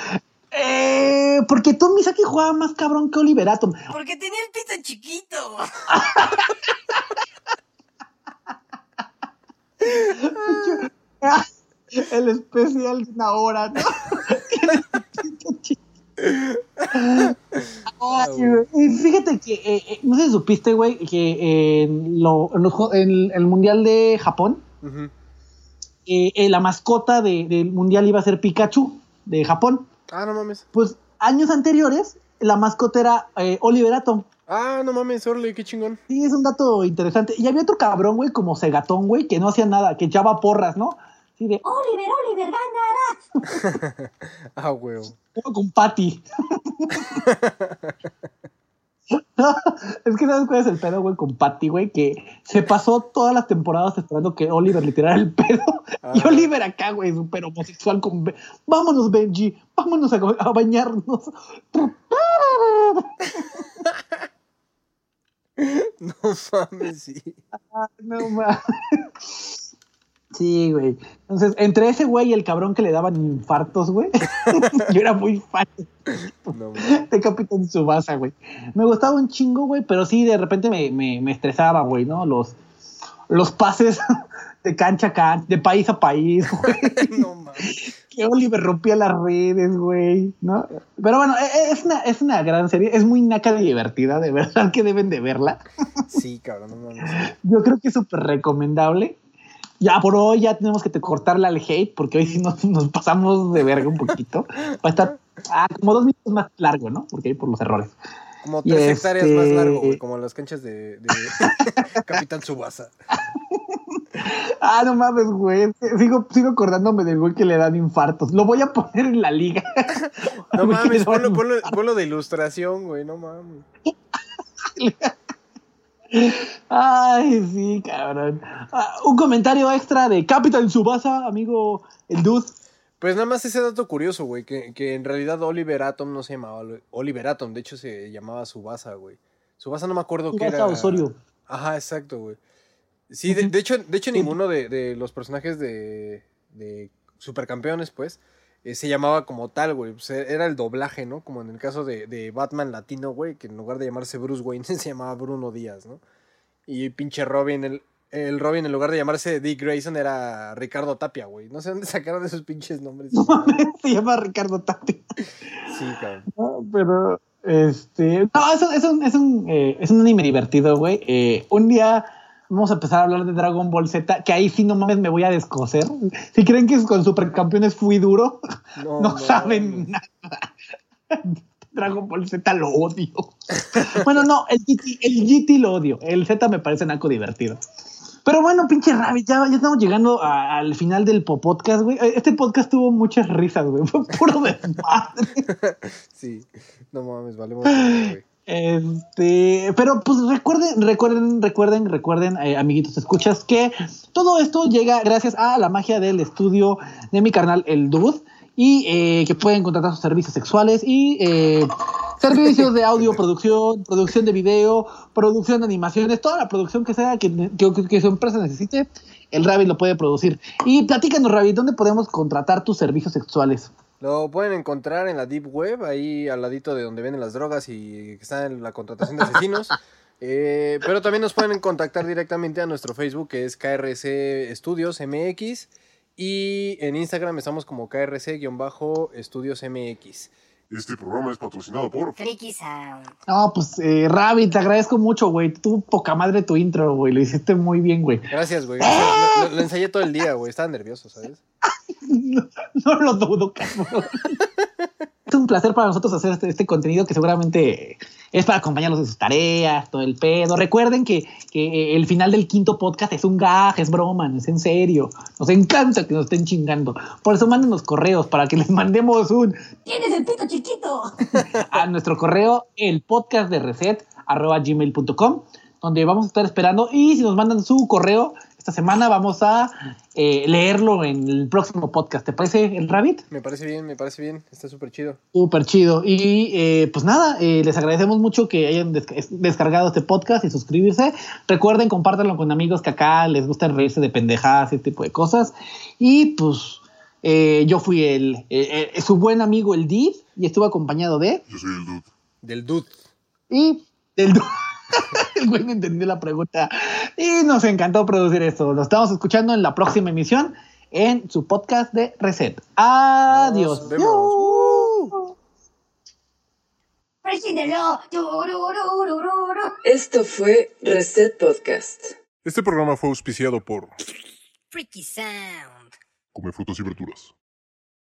Porque Tom Misaki jugaba más cabrón que Oliver Atom. Porque tenía el pito chiquito. El especial de una hora, ¿no? Y fíjate que, no sé si supiste, güey, que en el Mundial de Japón, Uh-huh. la mascota del Mundial iba a ser Pikachu, de Japón. No mames. Pues años anteriores, la mascota era Oliver Atom. No mames, órale, qué chingón. Sí, es un dato interesante. Y había otro cabrón, güey, como Segatón, güey, que no hacía nada, que echaba porras, ¿no? Así de, Oliver, ganarás. Güey. con Patty. No, es que ¿sabes cuál es el pedo, güey, con Patty, güey? Que se pasó todas las temporadas esperando que Oliver le tirara el pedo. Y Oliver acá, güey, súper homosexual con... Vámonos, Benji, vámonos a bañarnos. No mames, sí. No mames. Sí, güey. Entonces, entre ese güey y el cabrón que le daban infartos, güey, yo era muy fan No mames. de Capitán Tsubasa, güey. Me gustaba un chingo, güey, pero sí, de repente me estresaba, güey, ¿no? Los pases de cancha a cancha, de país a país, güey. No mames. Que Oliver rompía las redes, güey, ¿no? Pero bueno, es una gran serie, es muy naca y divertida, de verdad que deben de verla. Sí, cabrón, no mames. Yo creo que es súper recomendable. Ya por hoy ya tenemos que cortarle al hate, porque hoy sí nos pasamos de verga un poquito. Va a estar como 2 minutos más largo, ¿no? Porque hay por los errores. Como 3 hectáreas más largo, güey, como las canchas de Capitán Tsubasa. No mames, güey. Sigo acordándome del güey que le dan infartos. Lo voy a poner en la liga. No mames, ponlo de ilustración, güey, no mames. Ay, sí, cabrón. Un comentario extra de Capitán Tsubasa, amigo el Dude. Pues nada más ese dato curioso, güey, que en realidad Oliver Atom no se llamaba Oliver Atom, de hecho se llamaba Tsubasa, güey. Tsubasa no me acuerdo qué Tsubasa era. Osorio. Ajá, exacto, güey. Sí, Ujú. de hecho Sí. ninguno de los personajes de Supercampeones, pues, se llamaba como tal, güey. Pues era el doblaje, ¿no? Como en el caso de Batman latino, güey, que en lugar de llamarse Bruce Wayne se llamaba Bruno Díaz, ¿no? Y pinche Robin, el Robin en lugar de llamarse Dick Grayson era Ricardo Tapia, güey. No sé dónde sacaron esos pinches nombres. No mames, se llama Ricardo Tapia. Sí, cabrón. No, pero, no, es un anime divertido, güey. Un día vamos a empezar a hablar de Dragon Ball Z, que ahí sí no mames me voy a descoser. Si creen que con Supercampeones fui duro, no saben nada. Dragon Ball Z lo odio. Bueno, no, el GT lo odio. El Z me parece naco divertido. Pero bueno, pinche Rabbit, ya estamos llegando al final del podcast, güey. Este podcast tuvo muchas risas, güey. Fue puro desmadre. Sí, no mames, valemos, güey. Pero pues recuerden, amiguitos, escuchas, que todo esto llega gracias a la magia del estudio de mi carnal, el Dude, y que pueden contratar sus servicios sexuales y servicios de audio, producción de video, producción de animaciones, toda la producción que sea que su empresa necesite, el Rabbit lo puede producir. Y platícanos, Rabbit, ¿dónde podemos contratar tus servicios sexuales? Lo pueden encontrar en la Deep Web, ahí al ladito de donde venden las drogas y que está en la contratación de asesinos. Pero también nos pueden contactar directamente a nuestro Facebook, que es KRC Estudios MX. Y en Instagram estamos como KRC-Estudios MX. Este programa es patrocinado por Freaky Sound. No, pues, Rabbit, te agradezco mucho, güey. Tú, poca madre tu intro, güey. Lo hiciste muy bien, güey. Gracias, güey. Lo ensayé todo el día, güey. Estaba nervioso, ¿sabes? No lo dudo, cabrón. Es un placer para nosotros hacer este contenido que seguramente es para acompañarlos en sus tareas, todo el pedo. Recuerden que el final del quinto podcast es un gag, es broma, no es en serio. Nos encanta que nos estén chingando. Por eso mándenos correos para que les mandemos ¡Tienes el pito chiquito! a nuestro correo, elpodcastdereset@gmail.com, donde vamos a estar esperando. Y si nos mandan su correo esta semana, vamos a leerlo en el próximo podcast. ¿Te parece, el Rabbit? Me parece bien. Está súper chido. Súper chido. Y pues nada, les agradecemos mucho que hayan descargado este podcast y suscribirse. Recuerden, compártanlo con amigos que acá les gusta reírse de pendejadas, ese tipo de cosas. Y pues yo fui su buen amigo el Div y estuve acompañado de... Yo soy el Dude. Del Dude. Y del Dude. El güey no entendió la pregunta. Y nos encantó producir esto. Lo estamos escuchando en la próxima emisión en su podcast de Reset. Adiós. Nos vemos. Presíndelo. Turururururu. Esto fue Reset Podcast. Este programa fue auspiciado por Freaky Sound. Come Frutas y Verduras.